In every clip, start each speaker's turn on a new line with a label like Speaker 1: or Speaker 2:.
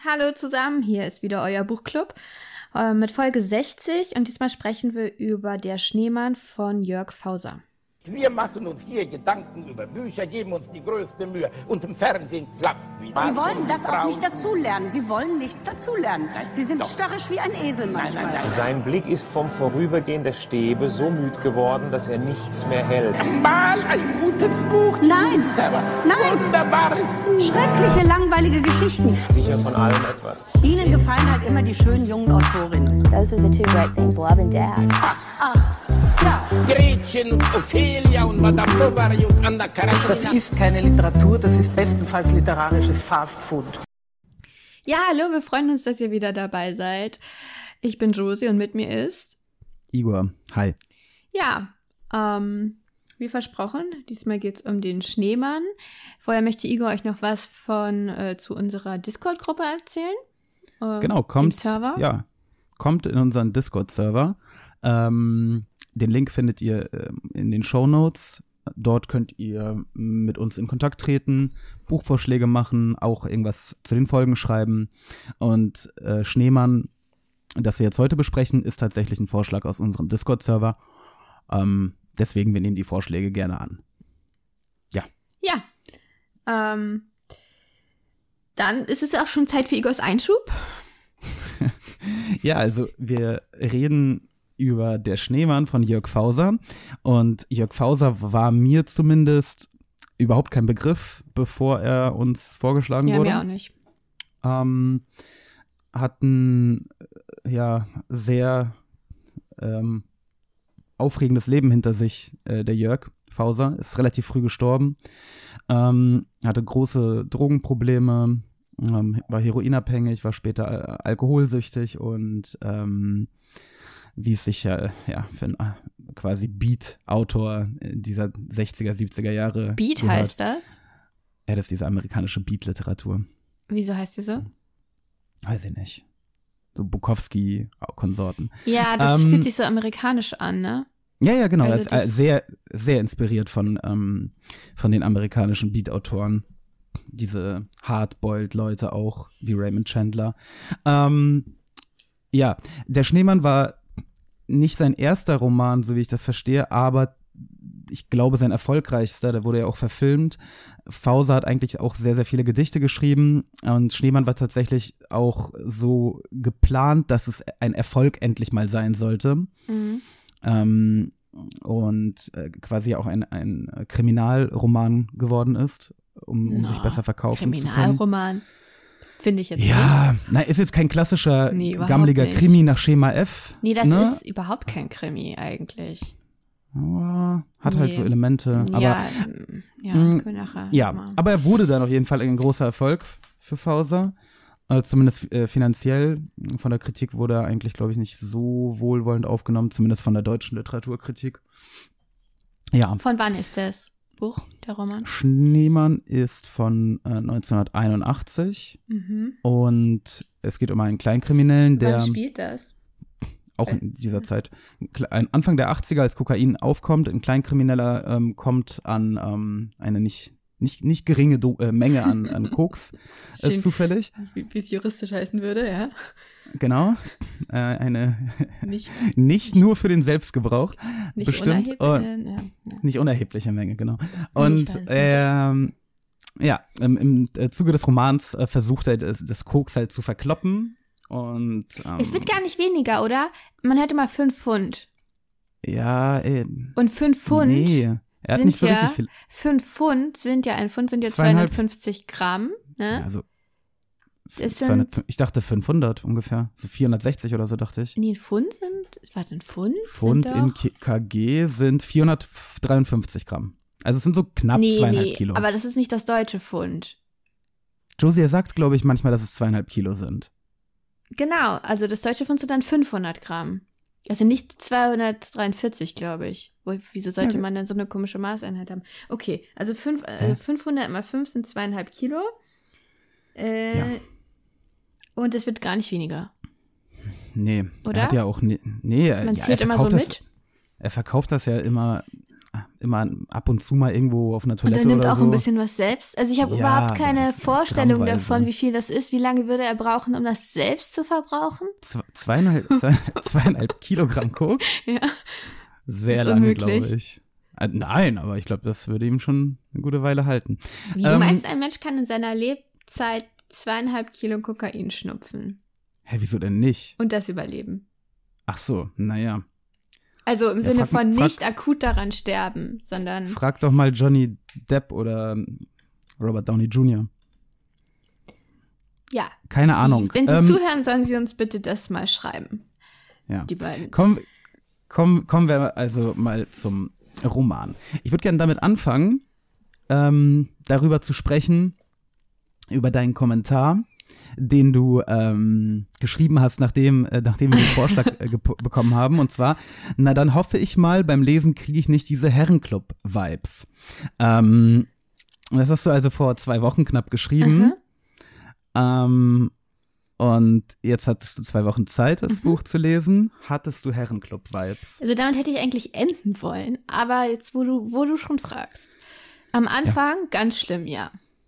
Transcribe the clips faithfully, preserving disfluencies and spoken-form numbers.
Speaker 1: Hallo zusammen, hier ist wieder euer Buchclub äh, mit Folge sechzig und diesmal sprechen wir über Der Schneemann von Jörg Fauser.
Speaker 2: Wir machen uns hier Gedanken über Bücher, geben uns die größte Mühe und im Fernsehen klappt wieder.
Speaker 3: Sie wollen das auch nicht dazulernen. Sie wollen nichts dazulernen. Sie sind
Speaker 2: Doch.
Speaker 3: störrisch wie ein Esel manchmal.
Speaker 2: Nein, nein, nein.
Speaker 4: Sein Blick ist vom Vorübergehen der Stäbe so müd geworden, dass er nichts mehr hält.
Speaker 2: Mal ein gutes Buch.
Speaker 3: Nein.
Speaker 2: Aber
Speaker 3: Nein.
Speaker 2: wunderbares Buch.
Speaker 3: Schreckliche, langweilige Geschichten.
Speaker 4: Sicher von allem etwas.
Speaker 3: Ihnen gefallen halt immer die schönen jungen Autorinnen.
Speaker 5: Those are the two great themes, love and death.
Speaker 3: Ach, ja.
Speaker 2: Gretchen und Ophelia und Madame Bovary und Anna Karenina.
Speaker 6: Das ist keine Literatur, das ist bestenfalls literarisches Fastfood.
Speaker 1: Ja, hallo, wir freuen uns, dass ihr wieder dabei seid. Ich bin Josie und mit mir ist
Speaker 7: Igor. Hi.
Speaker 1: Ja, ähm, wie versprochen, diesmal geht's um den Schneemann. Vorher möchte Igor euch noch was von äh, zu unserer Discord-Gruppe erzählen. Äh,
Speaker 7: Genau, kommt,
Speaker 1: dem Server.
Speaker 7: ja, kommt in unseren Discord-Server. Ähm, den Link findet ihr äh, in den Shownotes. Dort könnt ihr mit uns in Kontakt treten, Buchvorschläge machen, auch irgendwas zu den Folgen schreiben. Und äh, Schneemann, das wir jetzt heute besprechen, ist tatsächlich ein Vorschlag aus unserem Discord-Server. Ähm, deswegen, wir nehmen die Vorschläge gerne an. Ja.
Speaker 1: Ja. Ähm, dann ist es auch schon Zeit für Igors Einschub.
Speaker 7: Ja, also wir reden über Der Schneemann von Jörg Fauser. Und Jörg Fauser war mir zumindest überhaupt kein Begriff, bevor er uns vorgeschlagen
Speaker 1: Ja,
Speaker 7: wurde.
Speaker 1: mir auch nicht.
Speaker 7: Ähm, hat ein ja, sehr ähm, aufregendes Leben hinter sich, äh, der Jörg Fauser. Ist relativ früh gestorben. Ähm, hatte große Drogenprobleme, ähm, war heroinabhängig, war später äh, alkoholsüchtig und ähm, wie es sich ja, ja für einen äh, quasi Beat-Autor dieser sechziger, siebziger Jahre
Speaker 1: Beat
Speaker 7: gehört.
Speaker 1: heißt das?
Speaker 7: Ja, das ist diese amerikanische Beat-Literatur.
Speaker 1: Wieso heißt die so?
Speaker 7: Weiß ich nicht. So Bukowski-Konsorten.
Speaker 1: Ja, das
Speaker 7: Ähm,
Speaker 1: fühlt sich so amerikanisch an, ne?
Speaker 7: Ja, ja, genau.
Speaker 1: Also
Speaker 7: Also
Speaker 1: das-
Speaker 7: sehr, sehr inspiriert von, ähm, von den amerikanischen Beat-Autoren. Diese Hardboiled-Leute auch, wie Raymond Chandler. Ähm, ja, Der Schneemann war nicht sein erster Roman, so wie ich das verstehe, aber ich glaube sein erfolgreichster, der wurde ja auch verfilmt. Fauser hat eigentlich auch sehr, sehr viele Gedichte geschrieben und Schneemann war tatsächlich auch so geplant, dass es ein Erfolg endlich mal sein sollte.
Speaker 1: Mhm.
Speaker 7: Ähm, und äh, quasi auch ein, ein Kriminalroman geworden ist, um, um
Speaker 1: No,
Speaker 7: sich besser verkaufen zu können.
Speaker 1: Kriminalroman. Finde ich jetzt nicht.
Speaker 7: Ja, na, ist jetzt kein klassischer,
Speaker 1: Nee, überhaupt
Speaker 7: gammeliger
Speaker 1: nicht.
Speaker 7: Krimi nach Schema F.
Speaker 1: Nee, das
Speaker 7: ne?
Speaker 1: ist überhaupt kein Krimi eigentlich.
Speaker 7: Aber hat halt
Speaker 1: Nee.
Speaker 7: so Elemente. Aber
Speaker 1: ja, ähm, ja,
Speaker 7: mh,
Speaker 1: können wir nachher
Speaker 7: ja,
Speaker 1: mal.
Speaker 7: aber er wurde dann auf jeden Fall ein großer Erfolg für Fauser. Äh, zumindest äh, finanziell. Von der Kritik wurde er eigentlich, glaube ich, nicht so wohlwollend aufgenommen, zumindest von der deutschen Literaturkritik. Ja,
Speaker 1: Von wann ist das Buch, der Roman?
Speaker 7: Schneemann ist von äh, neunzehnhunderteinundachtzig
Speaker 1: Mhm.
Speaker 7: und es geht um einen Kleinkriminellen, der
Speaker 1: Wann spielt das?
Speaker 7: auch in dieser Zeit, ein- Anfang der achtziger, als Kokain aufkommt, ein Kleinkrimineller ähm, kommt an ähm, eine nicht, nicht, nicht geringe Do- äh, Menge an, an Koks äh,
Speaker 1: Schön.
Speaker 7: zufällig.
Speaker 1: Wie es juristisch heißen würde, ja.
Speaker 7: Genau. Äh, eine
Speaker 1: Nicht,
Speaker 7: nicht nur für den Selbstgebrauch,
Speaker 1: nicht
Speaker 7: bestimmt.
Speaker 1: unerheblich.
Speaker 7: Oh,
Speaker 1: äh, ja, ja.
Speaker 7: nicht unerhebliche Menge, genau.
Speaker 1: ich
Speaker 7: Und
Speaker 1: weiß nicht.
Speaker 7: ähm, ja, im, im äh, Zuge des Romans äh, versucht er das, das Koks halt zu verkloppen. Und ähm,
Speaker 1: Es wird gar nicht weniger, oder? Man hört immer fünf Pfund.
Speaker 7: ja, äh,
Speaker 1: Und fünf Pfund
Speaker 7: nee, er hat
Speaker 1: sind
Speaker 7: nicht so
Speaker 1: ja,
Speaker 7: richtig viel.
Speaker 1: fünf Pfund sind ja, ein Pfund sind ja
Speaker 7: Zweieinhalb-
Speaker 1: zweihundertfünfzig Gramm, ne?
Speaker 7: Ja, also
Speaker 1: Das
Speaker 7: zweihundert,
Speaker 1: sind,
Speaker 7: ich dachte fünfhundert ungefähr, so vierhundertsechzig oder so dachte ich.
Speaker 1: nee, ein Pfund sind, was ein Pfund?
Speaker 7: Pfund
Speaker 1: sind
Speaker 7: in
Speaker 1: doch,
Speaker 7: K- kg sind vierhundertdreiundfünfzig Gramm. Also es sind so knapp
Speaker 1: nee,
Speaker 7: zweieinhalb
Speaker 1: nee,
Speaker 7: Kilo.
Speaker 1: aber das ist nicht das deutsche Pfund.
Speaker 7: Josie, er sagt, glaube ich, manchmal, dass es zweieinhalb Kilo sind.
Speaker 1: Genau, also das deutsche Pfund sind dann fünfhundert Gramm. Also nicht zweihundertdreiundvierzig, glaube ich. Wo, wieso sollte
Speaker 7: Ja.
Speaker 1: man denn so eine komische Maßeinheit haben? Okay, also fünf, äh, fünfhundert mal fünf sind zweieinhalb Kilo. Äh,
Speaker 7: Ja.
Speaker 1: Und es wird gar nicht weniger.
Speaker 7: Nee,
Speaker 1: Oder?
Speaker 7: er hat ja auch, ne, nee,
Speaker 1: Man
Speaker 7: ja,
Speaker 1: zählt
Speaker 7: er
Speaker 1: immer so
Speaker 7: verkauft das,
Speaker 1: mit.
Speaker 7: Er verkauft das ja immer, immer ab und zu mal irgendwo auf einer
Speaker 1: Und
Speaker 7: Toilette
Speaker 1: er nimmt
Speaker 7: oder
Speaker 1: auch
Speaker 7: so.
Speaker 1: ein bisschen was selbst. Also ich habe
Speaker 7: Ja,
Speaker 1: überhaupt keine
Speaker 7: das ist
Speaker 1: Vorstellung
Speaker 7: grammweise.
Speaker 1: davon, wie viel das ist. Wie lange würde er brauchen, um das selbst zu verbrauchen?
Speaker 7: Zwe- zweieinhalb, zweieinhalb, zweieinhalb Kilogramm Koks?
Speaker 1: Ja.
Speaker 7: Sehr
Speaker 1: ist
Speaker 7: lange,
Speaker 1: unmöglich.
Speaker 7: glaube ich. Äh, nein, aber ich glaube, das würde ihm schon eine gute Weile halten.
Speaker 1: Wie du
Speaker 7: Ähm,
Speaker 1: meinst, ein Mensch kann in seiner Lebzeit zweieinhalb Kilo Kokain schnupfen
Speaker 7: Hä, wieso denn nicht?
Speaker 1: und das überleben?
Speaker 7: Ach so, naja.
Speaker 1: Also im
Speaker 7: Ja,
Speaker 1: Sinne
Speaker 7: frag-
Speaker 1: von
Speaker 7: frag-
Speaker 1: nicht akut daran sterben, sondern
Speaker 7: Frag doch mal Johnny Depp oder Robert Downey Junior
Speaker 1: ja.
Speaker 7: Keine Ahnung.
Speaker 1: Die, wenn Sie
Speaker 7: Ähm,
Speaker 1: zuhören, sollen Sie uns bitte das mal schreiben.
Speaker 7: ja.
Speaker 1: Die beiden.
Speaker 7: Kommen, kommen, kommen wir also mal zum Roman. Ich würde gerne damit anfangen, ähm, darüber zu sprechen, über deinen Kommentar, den du ähm, geschrieben hast, nachdem, äh, nachdem wir den Vorschlag äh, gep- bekommen haben. Und zwar, na dann hoffe ich mal, beim Lesen kriege ich nicht diese Herrenclub-Vibes. Ähm, das hast du also vor zwei Wochen knapp geschrieben.
Speaker 1: Mhm.
Speaker 7: Ähm, und jetzt hattest du zwei Wochen Zeit, das
Speaker 1: Mhm.
Speaker 7: Buch zu lesen. Hattest du Herrenclub-Vibes?
Speaker 1: Also damit hätte ich eigentlich enden wollen, aber jetzt, wo du, wo du schon fragst. Am Anfang ganz schlimm, ja.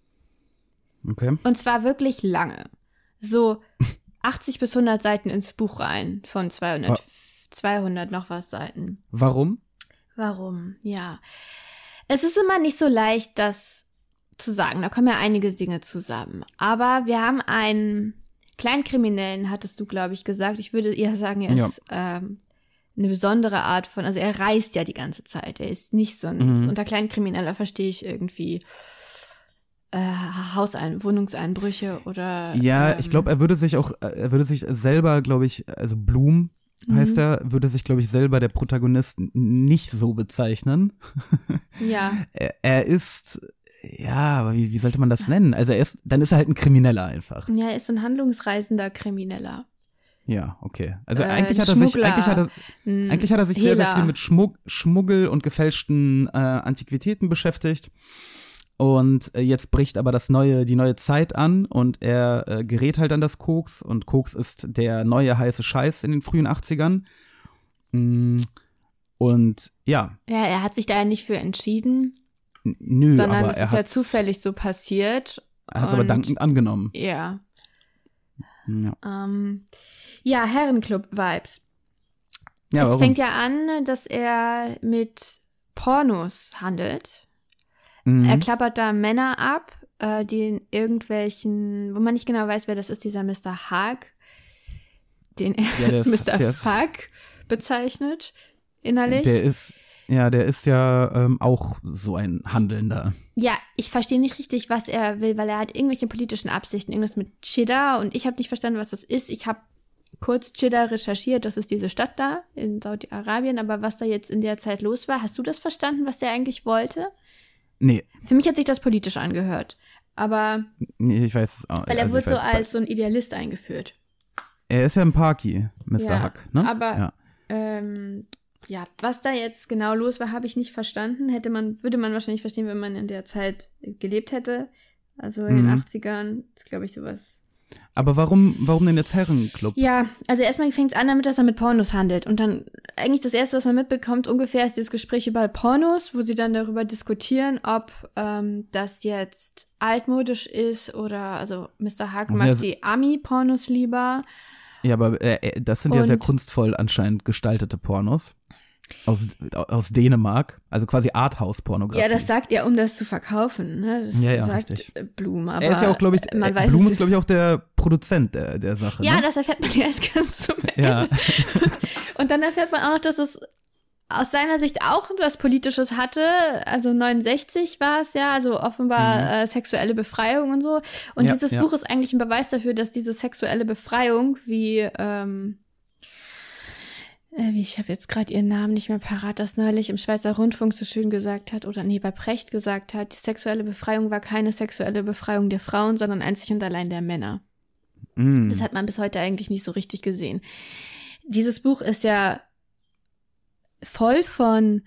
Speaker 7: Okay.
Speaker 1: Und zwar wirklich lange. So achtzig bis hundert Seiten ins Buch rein von zweihundert, zweihundert noch was Seiten.
Speaker 7: Warum?
Speaker 1: Warum? Ja. Es ist immer nicht so leicht, das zu sagen. Da kommen ja einige Dinge zusammen. Aber wir haben einen Kleinkriminellen, hattest du, glaube ich, gesagt. Ich würde eher sagen, er
Speaker 7: Ja.
Speaker 1: ist ähm, eine besondere Art von, also er reist ja die ganze Zeit. Er ist nicht so ein,
Speaker 7: Mhm.
Speaker 1: unter Kleinkrimineller verstehe ich irgendwie äh, Hausein, Wohnungseinbrüche oder
Speaker 7: Ja,
Speaker 1: ähm,
Speaker 7: ich glaube, er würde sich auch, äh, er würde sich selber, glaube ich, also Bloom heißt
Speaker 1: Mhm.
Speaker 7: er, würde sich, glaube ich, selber der Protagonist n- nicht so bezeichnen.
Speaker 1: ja.
Speaker 7: Er, er ist, ja, aber wie, wie sollte man das nennen? Also er ist, dann ist er halt ein Krimineller einfach.
Speaker 1: Ja, er ist so ein handlungsreisender Krimineller.
Speaker 7: Ja, okay. Also
Speaker 1: Äh,
Speaker 7: eigentlich
Speaker 1: ein
Speaker 7: hat er sich,
Speaker 1: Schmuggler,
Speaker 7: eigentlich hat er,
Speaker 1: ein
Speaker 7: eigentlich hat er sich sehr, sehr
Speaker 1: Hehler.
Speaker 7: viel mit Schmuck, Schmuggel und gefälschten äh, Antiquitäten beschäftigt. Und äh, jetzt bricht aber das neue, die neue Zeit an und er äh, gerät halt an das Koks und Koks ist der neue heiße Scheiß in den frühen achtzigern. Mm, und ja,
Speaker 1: Ja, er hat sich da ja nicht für entschieden,
Speaker 7: n- nö,
Speaker 1: sondern
Speaker 7: aber
Speaker 1: es
Speaker 7: er
Speaker 1: ist ja
Speaker 7: hat
Speaker 1: zufällig so passiert.
Speaker 7: er hat's aber
Speaker 1: Und-
Speaker 7: dankend angenommen.
Speaker 1: Ja.
Speaker 7: Ja,
Speaker 1: Ähm, ja, Herrenclub-Vibes.
Speaker 7: ja
Speaker 1: es
Speaker 7: warum?
Speaker 1: fängt ja an, dass er mit Pornos handelt.
Speaker 7: Mhm.
Speaker 1: Er klappert da Männer ab, äh, die in irgendwelchen, wo man nicht genau weiß, wer das ist, dieser Mister Haag, den er
Speaker 7: Ja, der
Speaker 1: als
Speaker 7: ist-
Speaker 1: Mister
Speaker 7: der ist-
Speaker 1: Fuck bezeichnet, innerlich.
Speaker 7: Der ist, ja, der ist ja ähm, auch so ein Handelnder.
Speaker 1: Ja, ich verstehe nicht richtig, was er will, weil er hat irgendwelche politischen Absichten, irgendwas mit Chidda und ich habe nicht verstanden, was das ist. Ich habe kurz Chidda recherchiert, das ist diese Stadt da in Saudi-Arabien, aber was da jetzt in der Zeit los war, hast du das verstanden, was der eigentlich wollte?
Speaker 7: Nee,
Speaker 1: Für mich hat sich das politisch angehört, aber
Speaker 7: nee, ich weiß es auch.
Speaker 1: weil er
Speaker 7: also
Speaker 1: wurde
Speaker 7: ich
Speaker 1: so
Speaker 7: weiß-
Speaker 1: als so ein Idealist eingeführt.
Speaker 7: Er ist ja ein Parky, Mister
Speaker 1: Ja,
Speaker 7: Huck, ne?
Speaker 1: aber
Speaker 7: ja.
Speaker 1: ähm, ja, was da jetzt genau los war, habe ich nicht verstanden. Hätte man, würde man wahrscheinlich verstehen, wenn man in der Zeit gelebt hätte. Also in den
Speaker 7: Mhm.
Speaker 1: achtzigern, ist glaube ich sowas.
Speaker 7: Aber warum, warum denn jetzt Herrenclub?
Speaker 1: Ja, also erstmal fängt es an damit, dass er mit Pornos handelt. Und dann eigentlich das Erste, was man mitbekommt, ungefähr ist dieses Gespräch über Pornos, wo sie dann darüber diskutieren, ob ähm, das jetzt altmodisch ist oder, also Mister Haag
Speaker 7: Also
Speaker 1: mag
Speaker 7: ja,
Speaker 1: die Ami-Pornos lieber.
Speaker 7: Ja, aber äh, das sind ja
Speaker 1: Und-
Speaker 7: sehr kunstvoll anscheinend gestaltete Pornos. Aus, aus Dänemark. Also quasi Arthouse-Pornografie.
Speaker 1: Ja, das sagt er, um das zu verkaufen. Ne? Das
Speaker 7: Ja, ja,
Speaker 1: sagt
Speaker 7: richtig.
Speaker 1: äh, Blum. Aber
Speaker 7: er ist ja auch, glaube ich,
Speaker 1: man
Speaker 7: äh,
Speaker 1: weiß
Speaker 7: Blum
Speaker 1: es
Speaker 7: ist, glaube ich, auch der Produzent der, der Sache.
Speaker 1: Ja,
Speaker 7: ne?
Speaker 1: das erfährt man ja erst ganz zum Ende.
Speaker 7: Ja.
Speaker 1: Und dann erfährt man auch noch, dass es aus seiner Sicht auch was Politisches hatte. Also neunundsechzig war es ja, also offenbar
Speaker 7: Mhm.
Speaker 1: äh, sexuelle Befreiung und so. Und
Speaker 7: Ja,
Speaker 1: dieses
Speaker 7: ja.
Speaker 1: Buch ist eigentlich ein Beweis dafür, dass diese sexuelle Befreiung, wie, ähm, äh, wie ich habe jetzt gerade ihren Namen nicht mehr parat, das neulich im Schweizer Rundfunk so schön gesagt hat, oder nee, bei Precht gesagt hat, die sexuelle Befreiung war keine sexuelle Befreiung der Frauen, sondern einzig und allein der Männer.
Speaker 7: Mm.
Speaker 1: Das hat man bis heute eigentlich nicht so richtig gesehen. Dieses Buch ist ja voll von,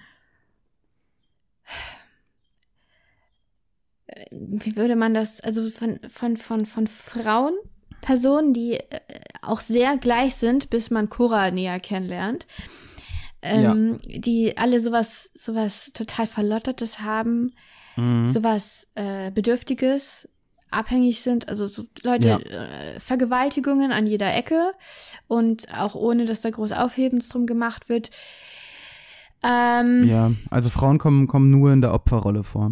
Speaker 1: wie würde man das, also von, von, von, von Frauen, Personen, die äh, auch sehr gleich sind, bis man Cora näher kennenlernt. ähm, ja. die alle sowas, sowas total Verlottertes haben, mhm. sowas äh, Bedürftiges, abhängig sind, also so Leute, ja. äh, Vergewaltigungen an jeder Ecke und auch ohne, dass da groß Aufhebens drum gemacht wird. Ähm,
Speaker 7: ja, also Frauen kommen, kommen nur in der Opferrolle vor.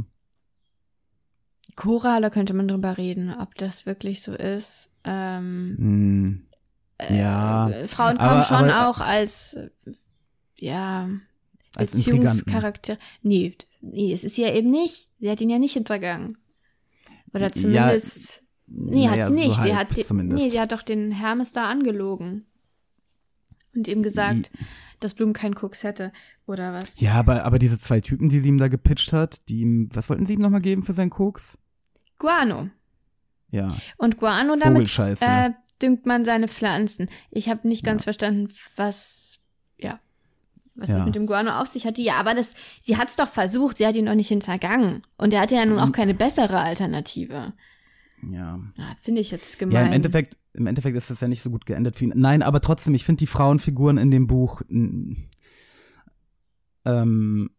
Speaker 1: Cora, da könnte man drüber reden, ob das wirklich so ist. Ähm,
Speaker 7: mm, ja.
Speaker 1: Äh, Frauen kommen aber, schon aber, auch als, äh, ja, als Beziehungscharakter. Nee, nee, es ist ja eben nicht. Sie hat ihn ja nicht hintergangen. Oder zumindest, ja, nee, hat ja, sie nicht. So sie hat, zumindest. Nee, sie hat doch den Hermes da angelogen. Und ihm gesagt, die, dass Blum keinen Koks hätte, oder was?
Speaker 7: Ja, aber, aber diese zwei Typen, die sie ihm da gepitcht hat, die ihm, was wollten sie ihm nochmal geben für seinen Koks?
Speaker 1: Guano.
Speaker 7: Ja.
Speaker 1: Und Guano, damit äh, düngt man seine Pflanzen. Ich habe nicht ganz ja. verstanden, was, ja, was ja. das mit dem Guano auf sich hatte. Ja, aber das, sie hat's doch versucht, sie hat ihn doch nicht hintergangen. Und er hatte ja nun auch keine bessere Alternative.
Speaker 7: Ja.
Speaker 1: ja Finde ich jetzt gemein.
Speaker 7: Ja, im Endeffekt, im Endeffekt ist das ja nicht so gut geendet für ihn. Nein, aber trotzdem, ich finde die Frauenfiguren in dem Buch, ähm,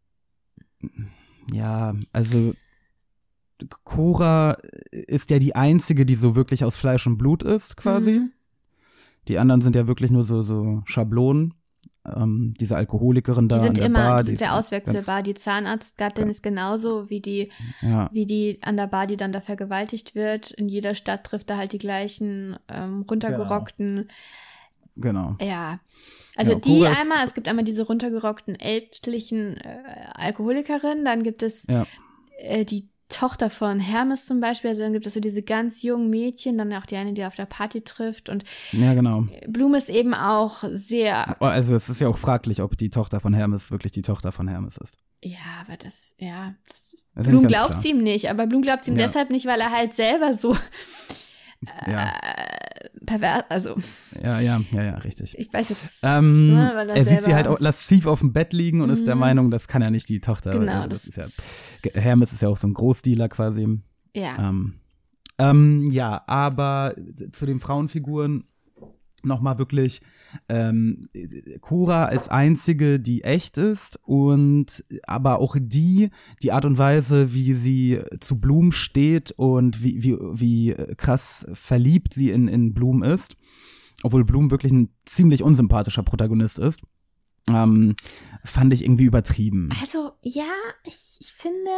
Speaker 7: ja, also Cora ist ja die einzige, die so wirklich aus Fleisch und Blut ist, quasi. Mhm. Die anderen sind ja wirklich nur so, so Schablonen. Ähm, diese Alkoholikerin da
Speaker 1: die sind
Speaker 7: an der
Speaker 1: immer,
Speaker 7: Bar.
Speaker 1: Die sind sehr auswechselbar. Die Zahnarztgattin ja. ist genauso wie die, ja. wie die an der Bar, die dann da vergewaltigt wird. In jeder Stadt trifft er halt die gleichen ähm, runtergerockten.
Speaker 7: Genau.
Speaker 1: Ja. Also ja, die einmal, es gibt einmal diese runtergerockten ältlichen äh, Alkoholikerinnen, dann gibt es ja. äh, die Tochter von Hermes zum Beispiel, also dann gibt es so diese ganz jungen Mädchen, dann auch die eine, die auf der Party trifft und
Speaker 7: ja, genau.
Speaker 1: Blum ist eben auch sehr.
Speaker 7: Also es ist ja auch fraglich, ob die Tochter von Hermes wirklich die Tochter von Hermes ist.
Speaker 1: Ja, aber das, ja, das,
Speaker 7: das
Speaker 1: Blum glaubt ihm nicht, aber Blum glaubt ihm ja. deshalb nicht, weil er halt selber so äh,
Speaker 7: ja.
Speaker 1: pervers, also.
Speaker 7: Ja, ja, ja, ja, richtig.
Speaker 1: Ich weiß jetzt,
Speaker 7: ähm,
Speaker 1: ne, weil er,
Speaker 7: er sieht sie halt auch lasziv auf dem Bett liegen und mhm. ist der Meinung, das kann ja nicht die Tochter.
Speaker 1: Genau,
Speaker 7: das,
Speaker 1: das
Speaker 7: ist ja, Hermes ist ja auch so ein Großdealer quasi.
Speaker 1: Ja.
Speaker 7: Ähm, ähm, ja, aber zu den Frauenfiguren nochmal wirklich ähm, Cora als einzige, die echt ist und aber auch die, die Art und Weise, wie sie zu Blum steht und wie, wie, wie krass verliebt sie in, in Blum ist, obwohl Blum wirklich ein ziemlich unsympathischer Protagonist ist, ähm, fand ich irgendwie übertrieben.
Speaker 1: Also, ja, ich, ich finde,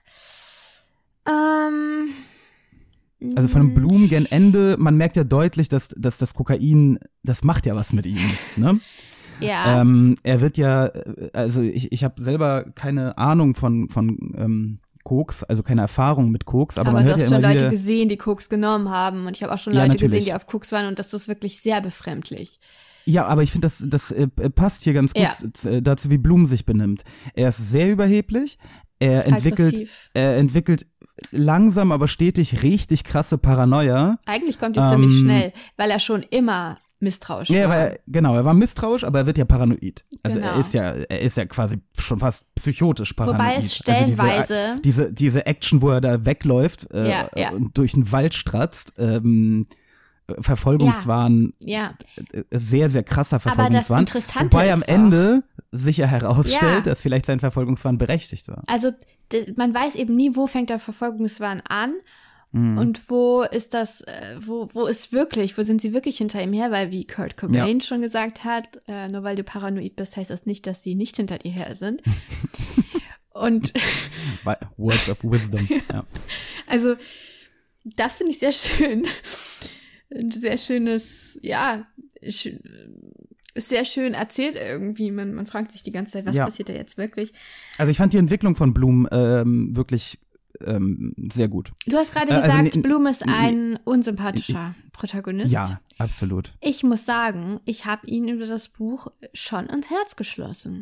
Speaker 1: ähm,
Speaker 7: Also von einem Blum gen Ende, man merkt ja deutlich, dass, dass das Kokain, das macht ja was mit ihm, ne?
Speaker 1: Ja.
Speaker 7: Ähm, er wird ja, also ich, ich habe selber keine Ahnung von, von ähm, Koks, also keine Erfahrung mit Koks, aber, aber man hört ja immer
Speaker 1: du hast schon Leute
Speaker 7: wieder,
Speaker 1: gesehen, die Koks genommen haben und ich habe auch schon
Speaker 7: ja,
Speaker 1: Leute
Speaker 7: natürlich.
Speaker 1: gesehen, die auf Koks waren und das ist wirklich sehr befremdlich.
Speaker 7: Ja, aber ich finde, das, das äh, passt hier ganz gut ja. dazu, wie Blum sich benimmt. Er ist sehr überheblich, er entwickelt,
Speaker 1: Aggressiv.
Speaker 7: er entwickelt langsam, aber stetig richtig krasse Paranoia.
Speaker 1: Eigentlich kommt die ähm, ziemlich schnell, weil er schon immer misstrauisch
Speaker 7: ja,
Speaker 1: war.
Speaker 7: Er, genau, er war misstrauisch, aber er wird ja paranoid. Also
Speaker 1: genau.
Speaker 7: er ist ja, er ist ja quasi schon fast psychotisch paranoid.
Speaker 1: Wobei es stellenweise
Speaker 7: also diese, diese, diese Action, wo er da wegläuft äh,
Speaker 1: ja, ja.
Speaker 7: und durch den Wald stratzt, ähm, Verfolgungswahn,
Speaker 1: ja, ja.
Speaker 7: sehr, sehr krasser Verfolgungswahn.
Speaker 1: Aber das Interessante
Speaker 7: wobei
Speaker 1: ist
Speaker 7: am Ende sich ja herausstellt, ja. dass vielleicht sein Verfolgungswahn berechtigt war.
Speaker 1: Also d- man weiß eben nie, wo fängt der Verfolgungswahn an
Speaker 7: mhm.
Speaker 1: und wo ist das, äh, wo, wo ist wirklich, wo sind sie wirklich hinter ihm her, weil wie Kurt Cobain ja. schon gesagt hat, äh, nur weil du paranoid bist, heißt das nicht, dass sie nicht hinter dir her sind. Und
Speaker 7: Words of Wisdom, ja.
Speaker 1: Also das finde ich sehr schön. Ein sehr schönes, ja, sch- sehr schön erzählt irgendwie. Man, man fragt sich die ganze Zeit, was ja. passiert da jetzt wirklich?
Speaker 7: Also ich fand die Entwicklung von Blum ähm, wirklich ähm, sehr gut.
Speaker 1: Du hast gerade äh, gesagt, also, Blum ist ein unsympathischer Protagonist.
Speaker 7: Ja, absolut.
Speaker 1: Ich muss sagen, ich habe ihn über das Buch schon ins Herz geschlossen.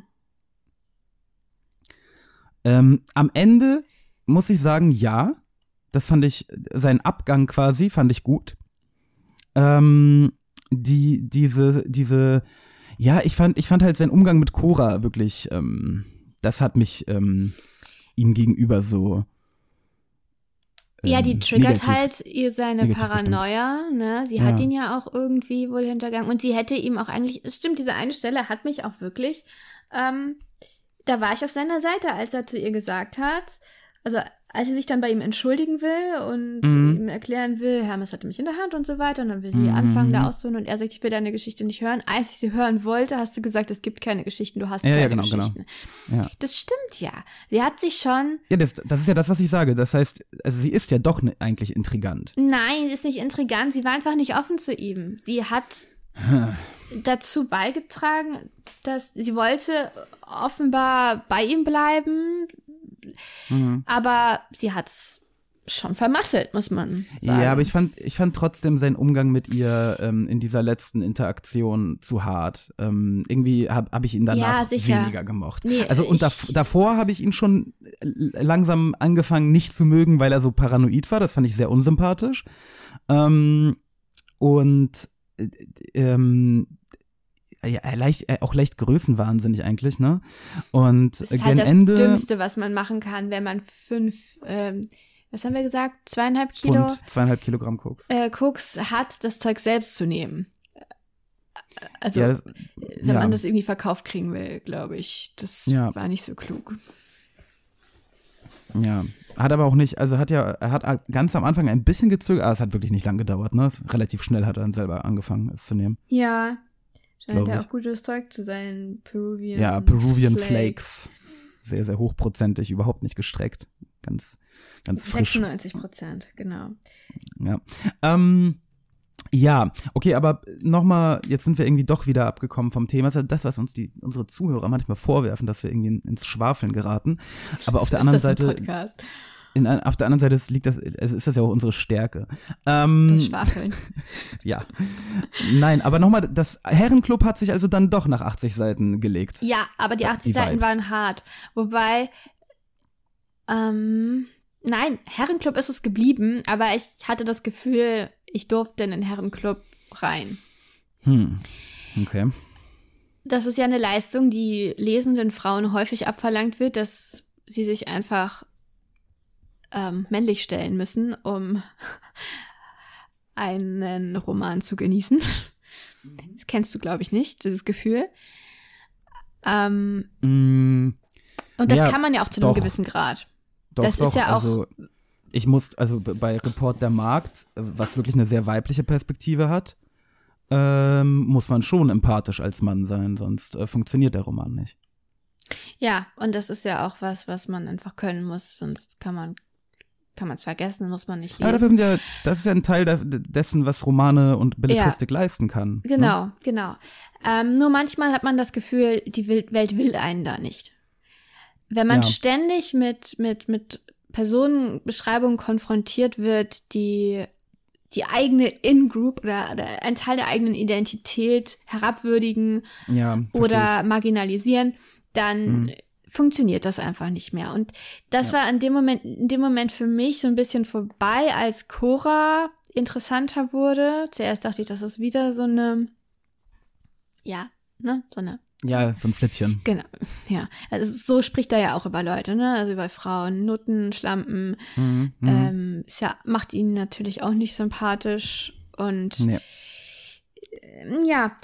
Speaker 7: Ähm, am Ende muss ich sagen, ja. Das fand ich, seinen Abgang quasi, fand ich gut. Ähm, die, diese, diese, ja, ich fand, ich fand halt seinen Umgang mit Cora wirklich, ähm, das hat mich ähm, ihm gegenüber so ähm,
Speaker 1: Ja, die triggert
Speaker 7: negativ,
Speaker 1: halt ihr seine
Speaker 7: negativ
Speaker 1: Paranoia, ne? Sie
Speaker 7: Ja.
Speaker 1: hat ihn ja auch irgendwie wohl hintergangen und sie hätte ihm auch eigentlich, es stimmt, diese eine Stelle hat mich auch wirklich, ähm, da war ich auf seiner Seite, als er zu ihr gesagt hat, also als sie sich dann bei ihm entschuldigen will und
Speaker 7: Mhm.
Speaker 1: ihm erklären will, Hermes hatte mich in der Hand und so weiter und dann will sie
Speaker 7: Mhm.
Speaker 1: anfangen, da auszuholen und er sagt, ich will deine Geschichte nicht hören. Als ich sie hören wollte, hast du gesagt, es gibt keine Geschichten, du hast
Speaker 7: Ja,
Speaker 1: keine
Speaker 7: ja, genau, genau.
Speaker 1: Geschichten.
Speaker 7: Ja.
Speaker 1: Das stimmt ja. Sie hat sich schon,
Speaker 7: Ja, das, das ist ja das, was ich sage. Das heißt, also sie ist ja doch ne, eigentlich intrigant.
Speaker 1: nein, sie ist nicht intrigant, sie war einfach nicht offen zu ihm. Sie hat dazu beigetragen, dass sie wollte offenbar bei ihm bleiben,
Speaker 7: Mhm.
Speaker 1: aber sie hat's schon vermasselt, muss man sagen.
Speaker 7: Ja, aber ich fand, ich fand trotzdem seinen Umgang mit ihr ähm, in dieser letzten Interaktion zu hart. Ähm, irgendwie habe hab ich ihn danach
Speaker 1: Ja, sicher.
Speaker 7: weniger gemocht.
Speaker 1: Nee,
Speaker 7: also und
Speaker 1: ich-
Speaker 7: dav davor habe ich ihn schon l- langsam angefangen nicht zu mögen, weil er so paranoid war. Das fand ich sehr unsympathisch. Ähm, und äh, ähm, ja, leicht, äh, auch leicht größenwahnsinnig eigentlich, ne? Und
Speaker 1: das
Speaker 7: äh,
Speaker 1: ist halt
Speaker 7: gegen
Speaker 1: das
Speaker 7: Ende
Speaker 1: Dümmste, was man machen kann, wenn man fünf, ähm, was haben wir gesagt, zweieinhalb Kilo
Speaker 7: Pfund, zweieinhalb Kilogramm Koks.
Speaker 1: äh, Koks hat, das Zeug selbst zu nehmen. Also,
Speaker 7: Ja, das-
Speaker 1: wenn
Speaker 7: ja.
Speaker 1: man das irgendwie verkauft kriegen will, glaube ich, das
Speaker 7: Ja.
Speaker 1: war nicht so klug.
Speaker 7: Ja, hat aber auch nicht, also hat ja, er hat ganz am Anfang ein bisschen gezögert, aber es hat wirklich nicht lang gedauert, ne? Relativ schnell hat er dann selber angefangen, es zu nehmen.
Speaker 1: Ja, scheint
Speaker 7: Glaub
Speaker 1: ja
Speaker 7: ich.
Speaker 1: auch gutes Zeug zu sein, Peruvian
Speaker 7: Ja, Peruvian Flakes. Sehr, sehr hochprozentig, überhaupt nicht gestreckt. Ganz, ganz frisch.
Speaker 1: sechsundneunzig Prozent, genau.
Speaker 7: Ja. Ähm, ja, okay, aber nochmal, jetzt sind wir irgendwie doch wieder abgekommen vom Thema. Das ist das, was uns die, unsere Zuhörer manchmal vorwerfen, dass wir irgendwie in, ins Schwafeln geraten. Aber auf der anderen
Speaker 1: ist das ein
Speaker 7: Seite,
Speaker 1: Podcast?
Speaker 7: in, auf der anderen Seite ist- liegt das, also ist das ja auch unsere Stärke. Ähm,
Speaker 1: Das Schwafeln.
Speaker 7: Ja. Nein, aber nochmal, das Herrenclub hat sich also dann doch nach achtzig Seiten gelegt.
Speaker 1: Ja, aber die achtzig
Speaker 7: Die
Speaker 1: Seiten
Speaker 7: Vibes.
Speaker 1: waren hart. Wobei, ähm, nein, Herrenclub ist es geblieben, aber ich hatte das Gefühl, ich durfte in den Herrenclub rein.
Speaker 7: Hm. Okay.
Speaker 1: Das ist ja eine Leistung, die lesenden Frauen häufig abverlangt wird, dass sie sich einfach ähm, männlich stellen müssen, um einen Roman zu genießen. Das kennst du, glaube ich, nicht, dieses Gefühl. Ähm,
Speaker 7: Mm,
Speaker 1: und das
Speaker 7: Ja,
Speaker 1: kann man ja auch zu
Speaker 7: doch.
Speaker 1: einem gewissen Grad.
Speaker 7: doch,
Speaker 1: Das
Speaker 7: doch,
Speaker 1: ist ja auch-
Speaker 7: also ich muss, also b- bei Report der Markt, äh, was wirklich eine sehr weibliche Perspektive hat, ähm, muss man schon empathisch als Mann sein, sonst äh, funktioniert der Roman nicht.
Speaker 1: Ja, und das ist ja auch was, was man einfach können muss, sonst kann man kann man es vergessen, muss man nicht
Speaker 7: Aber das
Speaker 1: lesen.
Speaker 7: sind ja, das ist ja ein Teil der, dessen, was Romane und Belletristik leisten kann. Ne?
Speaker 1: Genau, genau. Ähm, nur manchmal hat man das Gefühl, die Wil- Welt will einen da nicht. Wenn man
Speaker 7: Ja.
Speaker 1: ständig mit, mit, mit Personenbeschreibungen konfrontiert wird, die die eigene In-Group oder, oder ein Teil der eigenen Identität herabwürdigen
Speaker 7: Ja, verstehe
Speaker 1: oder marginalisieren, dann
Speaker 7: Mhm.
Speaker 1: funktioniert das einfach nicht mehr. Und das war in dem Moment, in dem Moment für mich so ein bisschen vorbei, als Cora interessanter wurde. Zuerst dachte ich, das ist wieder so eine, ja, ne, so eine,
Speaker 7: ich. Ja, so ein Flittchen.
Speaker 1: genau, ja. Also so spricht er ja auch über Leute, ne, also über Frauen, Nutten, Schlampen,
Speaker 7: Mhm, mhm.
Speaker 1: ähm, ist ja, macht ihn natürlich auch nicht sympathisch und
Speaker 7: Nee.
Speaker 1: ja.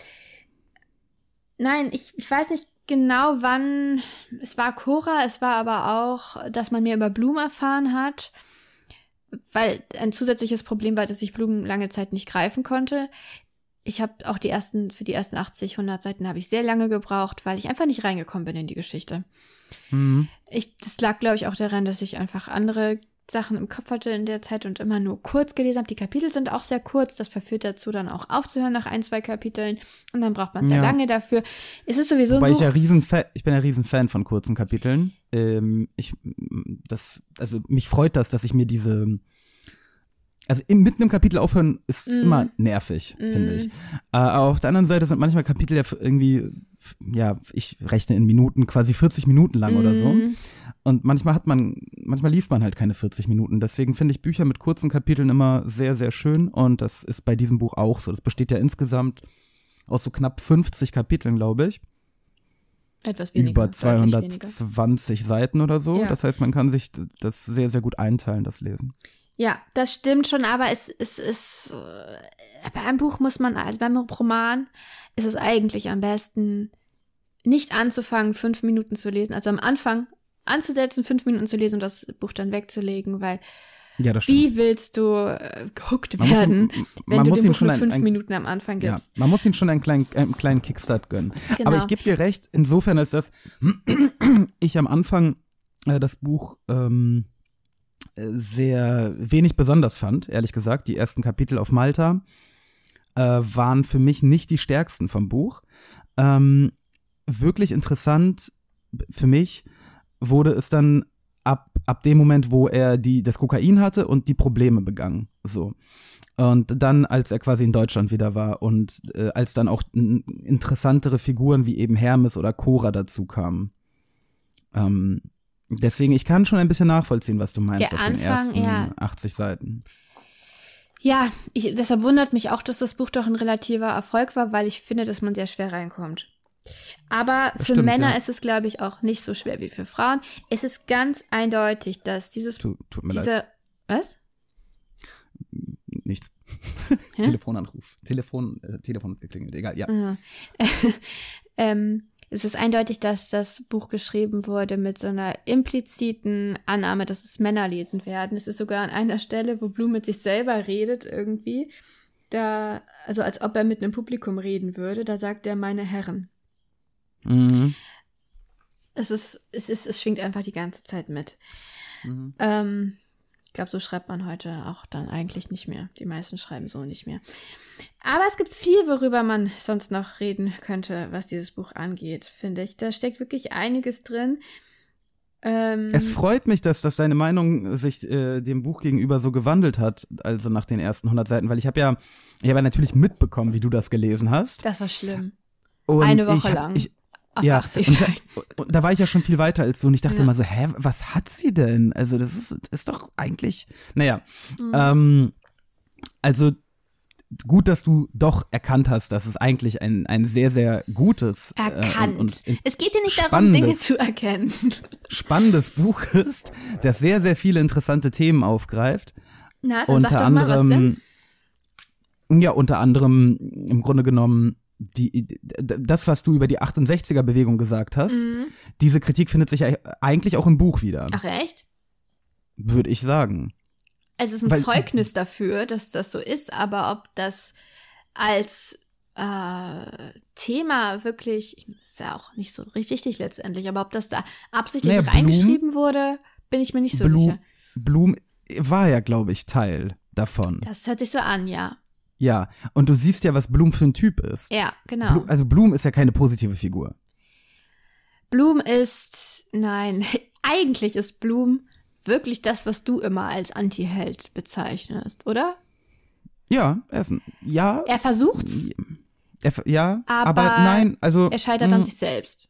Speaker 1: Nein, ich, ich weiß nicht genau, wann. Es war Cora, es war aber auch, dass man mehr über Bloom erfahren hat. Weil ein zusätzliches Problem war, dass ich Bloom lange Zeit nicht greifen konnte. Ich habe auch die ersten, für die ersten achtzig, hundert Seiten habe ich sehr lange gebraucht, weil ich einfach nicht reingekommen bin in die Geschichte.
Speaker 7: Mhm.
Speaker 1: Ich, das lag, glaube ich, auch daran, dass ich einfach andere Sachen im Kopf hatte in der Zeit und immer nur kurz gelesen habe. Die Kapitel sind auch sehr kurz. Das verführt dazu, dann auch aufzuhören nach ein, zwei Kapiteln. Und dann braucht man sehr
Speaker 7: Ja.
Speaker 1: lange dafür. Es ist sowieso ein
Speaker 7: Wobei ich
Speaker 1: Buch.
Speaker 7: ja riesen Fan, ich bin ja riesen Fan von kurzen Kapiteln. Ähm, ich, das, also mich freut das, dass ich mir diese, also im, mitten im Kapitel aufhören ist
Speaker 1: Mm.
Speaker 7: immer nervig,
Speaker 1: Mm.
Speaker 7: finde ich. Äh, aber auf der anderen Seite sind manchmal Kapitel ja irgendwie, ja, ich rechne in Minuten, quasi vierzig Minuten lang oder so.
Speaker 1: Mm.
Speaker 7: Und manchmal hat man, manchmal liest man halt keine vierzig Minuten. Deswegen finde ich Bücher mit kurzen Kapiteln immer sehr, sehr schön. Und das ist bei diesem Buch auch so. Das besteht ja insgesamt aus so knapp fünfzig Kapiteln, glaube ich.
Speaker 1: Etwas weniger.
Speaker 7: Über
Speaker 1: deutlich weniger.
Speaker 7: zweihundertzwanzig Seiten oder so.
Speaker 1: Ja.
Speaker 7: Das heißt, man kann sich das sehr, sehr gut einteilen, das Lesen.
Speaker 1: Ja, das stimmt schon, aber es, es ist, äh, bei einem Buch muss man, also beim Roman ist es eigentlich am besten, nicht anzufangen, fünf Minuten zu lesen, also am Anfang anzusetzen, fünf Minuten zu lesen und das Buch dann wegzulegen, weil
Speaker 7: Ja, das stimmt.
Speaker 1: wie willst du äh, gehuckt
Speaker 7: Man muss ihm-
Speaker 1: werden, wenn
Speaker 7: man
Speaker 1: du
Speaker 7: muss
Speaker 1: dem
Speaker 7: ihm
Speaker 1: Buch
Speaker 7: schon
Speaker 1: nur
Speaker 7: ein-
Speaker 1: fünf
Speaker 7: ein-
Speaker 1: Minuten am Anfang
Speaker 7: Ja,
Speaker 1: gibst?
Speaker 7: man muss ihm schon einen kleinen, einen kleinen Kickstart gönnen.
Speaker 1: Genau.
Speaker 7: Aber ich gebe dir recht, insofern als das ich am Anfang äh, das Buch ähm, äh, sehr wenig besonders fand, ehrlich gesagt. Die ersten Kapitel auf Malta äh, waren für mich nicht die stärksten vom Buch. Ähm, wirklich interessant für mich wurde es dann ab, ab dem Moment, wo er die, das Kokain hatte und die Probleme begangen. So. Und dann, als er quasi in Deutschland wieder war und äh, als dann auch n- interessantere Figuren wie eben Hermes oder Cora dazu kamen. Ähm, deswegen, ich kann schon ein bisschen nachvollziehen, was du meinst
Speaker 1: Der
Speaker 7: auf den
Speaker 1: Anfang,
Speaker 7: ersten
Speaker 1: ja.
Speaker 7: achtzig Seiten.
Speaker 1: Ja, ich, deshalb wundert mich auch, dass das Buch doch ein relativer Erfolg war, weil ich finde, dass man sehr schwer reinkommt. Aber
Speaker 7: Das
Speaker 1: für
Speaker 7: stimmt,
Speaker 1: Männer
Speaker 7: ja.
Speaker 1: ist es, glaube ich, auch nicht so schwer wie für Frauen. Es ist ganz eindeutig, dass dieses,
Speaker 7: Tu, tut mir leid.
Speaker 1: diese, was?
Speaker 7: Nichts.
Speaker 1: Hä?
Speaker 7: Telefonanruf. Telefon, äh, Telefon hat geklingelt. Egal, ja.
Speaker 1: Ja. ähm, es ist eindeutig, dass das Buch geschrieben wurde mit so einer impliziten Annahme, dass es Männer lesen werden. Es ist sogar an einer Stelle, wo Blum mit sich selber redet irgendwie. Da, also als ob er mit einem Publikum reden würde, da sagt er meine Herren.
Speaker 7: Mhm.
Speaker 1: Es ist, es ist, es schwingt einfach die ganze Zeit mit.
Speaker 7: Mhm.
Speaker 1: Ähm, ich glaube, so schreibt man heute auch dann eigentlich nicht mehr. Die meisten schreiben so nicht mehr. Aber es gibt viel, worüber man sonst noch reden könnte, was dieses Buch angeht, finde ich. Da steckt wirklich einiges drin. Ähm,
Speaker 7: Es freut mich, dass, dass deine Meinung sich äh, dem Buch gegenüber so gewandelt hat, also nach den ersten hundert Seiten, weil ich habe ja, ich habe ja natürlich mitbekommen, wie du das gelesen hast.
Speaker 1: das war schlimm.
Speaker 7: Und
Speaker 1: Eine Woche
Speaker 7: ich hab,
Speaker 1: lang.
Speaker 7: Ich,
Speaker 1: Auf
Speaker 7: ja,
Speaker 1: achtzig
Speaker 7: und
Speaker 1: Seiten.
Speaker 7: Da, und da war ich ja schon viel weiter als du und ich dachte
Speaker 1: Ja.
Speaker 7: immer so, hä, was hat sie denn? Also das ist, ist doch eigentlich, naja,
Speaker 1: Mhm.
Speaker 7: ähm, also gut, dass du doch erkannt hast, dass es eigentlich ein, ein sehr, sehr gutes äh,
Speaker 1: Erkannt.
Speaker 7: und, und
Speaker 1: es geht dir nicht darum,
Speaker 7: spannendes-
Speaker 1: Dinge zu erkennen.
Speaker 7: spannendes Buch ist, das sehr, sehr viele interessante Themen aufgreift.
Speaker 1: Na, dann
Speaker 7: Unter
Speaker 1: sag doch mal, was
Speaker 7: anderem,
Speaker 1: denn?
Speaker 7: ja, unter anderem im Grunde genommen die, das, was du über die achtundsechziger-Bewegung gesagt hast,
Speaker 1: Mhm.
Speaker 7: diese Kritik findet sich ja eigentlich auch im Buch wieder,
Speaker 1: Ach echt?
Speaker 7: würde ich sagen.
Speaker 1: Es ist ein
Speaker 7: Weil-
Speaker 1: Zeugnis dafür, dass das so ist, aber ob das als äh, Thema wirklich, ist ja auch nicht so richtig wichtig letztendlich, aber ob das da absichtlich
Speaker 7: Naja, Blum-
Speaker 1: reingeschrieben wurde, bin ich mir nicht so
Speaker 7: Blum,
Speaker 1: sicher.
Speaker 7: Blum war ja, glaube ich, Teil davon.
Speaker 1: Das hört sich so an, ja.
Speaker 7: Ja, und du siehst ja, was Blum für ein Typ ist.
Speaker 1: Ja, genau.
Speaker 7: Blu- also Blum ist ja keine positive Figur.
Speaker 1: Blum ist, nein, eigentlich ist Blum wirklich das, was du immer als Anti-Held bezeichnest, oder?
Speaker 7: Ja, er ist ein, ja,
Speaker 1: Er versucht's,
Speaker 7: er, ja,
Speaker 1: aber,
Speaker 7: aber, nein, also
Speaker 1: er scheitert an
Speaker 7: mh,
Speaker 1: sich selbst.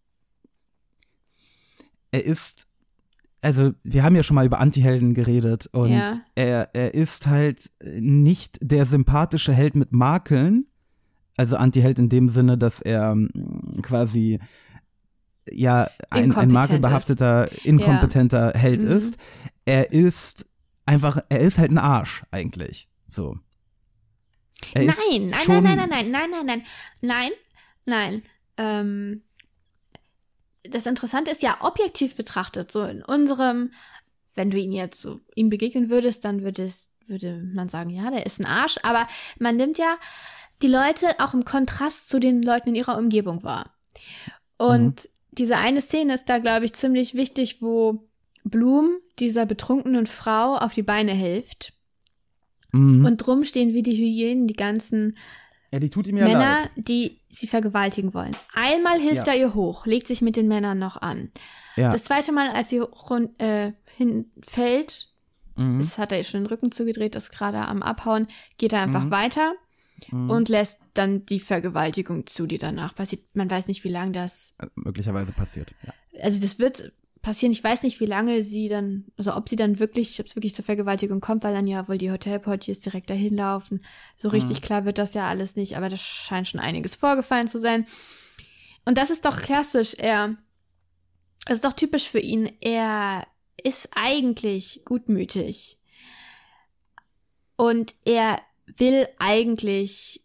Speaker 7: er ist, also wir haben ja schon mal über Antihelden geredet und
Speaker 1: Ja.
Speaker 7: er, er ist halt nicht der sympathische Held mit Makeln, also Antiheld in dem Sinne, dass er mh, quasi ja ein, ein
Speaker 1: Inkompetent
Speaker 7: makelbehafteter, inkompetenter Held
Speaker 1: Mhm.
Speaker 7: ist. Er ist einfach, er ist halt ein Arsch eigentlich, so. Er ist
Speaker 1: Nein, nein,
Speaker 7: schon,
Speaker 1: nein, nein, nein, nein, nein, nein, nein, nein. Ähm, das Interessante ist ja objektiv betrachtet, so in unserem, wenn du ihn jetzt so ihm begegnen würdest, dann würdest, würde man sagen, ja, der ist ein Arsch, aber man nimmt ja die Leute auch im Kontrast zu den Leuten in ihrer Umgebung wahr. Und diese eine Szene ist da, glaube ich, ziemlich wichtig, wo Blum dieser betrunkenen Frau auf die Beine hilft.
Speaker 7: Mhm.
Speaker 1: Und drum stehen wie die Hyänen die ganzen
Speaker 7: ja, die tut ihm ja
Speaker 1: Männer,
Speaker 7: leid.
Speaker 1: die sie vergewaltigen wollen. Einmal hilft
Speaker 7: Ja.
Speaker 1: er ihr hoch, legt sich mit den Männern noch an.
Speaker 7: Ja.
Speaker 1: Das zweite Mal, als sie rund, äh, hinfällt,
Speaker 7: Mhm.
Speaker 1: das hat er ihr schon den Rücken zugedreht, ist gerade am Abhauen, geht er einfach
Speaker 7: Mhm.
Speaker 1: weiter
Speaker 7: Mhm.
Speaker 1: und lässt dann die Vergewaltigung zu, die danach passiert. Man weiß nicht, wie lange das,
Speaker 7: möglicherweise passiert. Ja.
Speaker 1: also das wird passieren. Ich weiß nicht, wie lange sie dann, also ob sie dann wirklich, ob es wirklich zur Vergewaltigung kommt, weil dann ja wohl die Hotelportiers direkt dahin laufen. So richtig klar wird das ja alles nicht, aber das scheint schon einiges vorgefallen zu sein. Und das ist doch klassisch. Er, das ist doch typisch für ihn. Er ist eigentlich gutmütig. Und er will eigentlich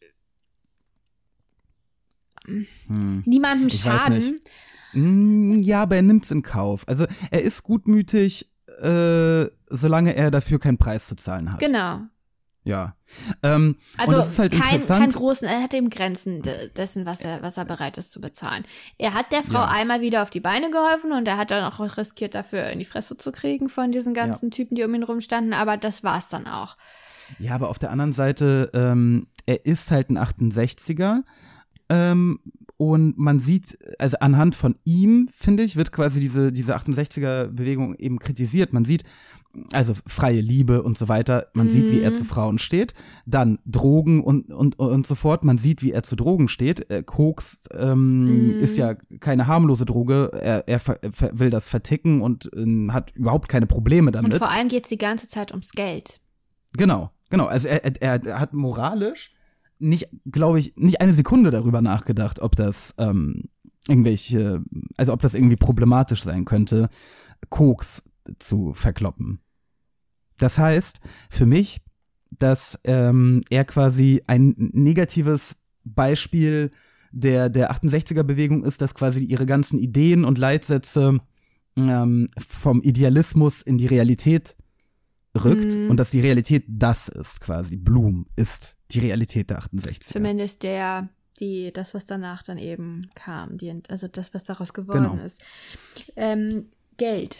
Speaker 1: hm. niemandem
Speaker 7: Ich weiß
Speaker 1: schaden.
Speaker 7: nicht. Mm, Ja, aber er nimmt's in Kauf. Also er ist gutmütig, äh, solange er dafür keinen Preis zu zahlen hat.
Speaker 1: Genau.
Speaker 7: Ja. Ähm,
Speaker 1: Also
Speaker 7: und das ist halt
Speaker 1: kein, kein
Speaker 7: interessant.
Speaker 1: großen, er hat eben Grenzen de- dessen, was er, was er bereit ist zu bezahlen. Er hat der Frau
Speaker 7: Ja.
Speaker 1: einmal wieder auf die Beine geholfen und er hat dann auch riskiert, dafür in die Fresse zu kriegen von diesen ganzen Typen, die um ihn rumstanden, aber das war's dann auch.
Speaker 7: Ja, aber auf der anderen Seite, ähm, er ist halt ein achtundsechziger. Ähm, und man sieht, also anhand von ihm, finde ich, wird quasi diese, diese achtundsechziger-Bewegung eben kritisiert. Man sieht, also freie Liebe und so weiter, man mhm. sieht, wie er zu Frauen steht. Dann Drogen und, und, und so fort, man sieht, wie er zu Drogen steht. Äh, Koks ähm, mhm. ist ja keine harmlose Droge, er, er ver, ver, will das verticken und äh, hat überhaupt keine Probleme damit.
Speaker 1: Und vor allem geht's die ganze Zeit ums Geld. Genau,
Speaker 7: genau. Also er, er, er hat moralisch nicht, glaube ich, nicht eine Sekunde darüber nachgedacht, ob das ähm, irgendwelche, also ob das irgendwie problematisch sein könnte, Koks zu verkloppen. Das heißt, für mich, dass ähm, er quasi ein negatives Beispiel der, der achtundsechziger-Bewegung ist, dass quasi ihre ganzen Ideen und Leitsätze ähm, vom Idealismus in die Realität rückt mhm. und dass die Realität das ist quasi. Bloom ist die Realität der achtundsechziger.
Speaker 1: Zumindest der, die, das, was danach dann eben kam, die, also das, was daraus geworden
Speaker 7: genau.
Speaker 1: ist. Ähm, Geld.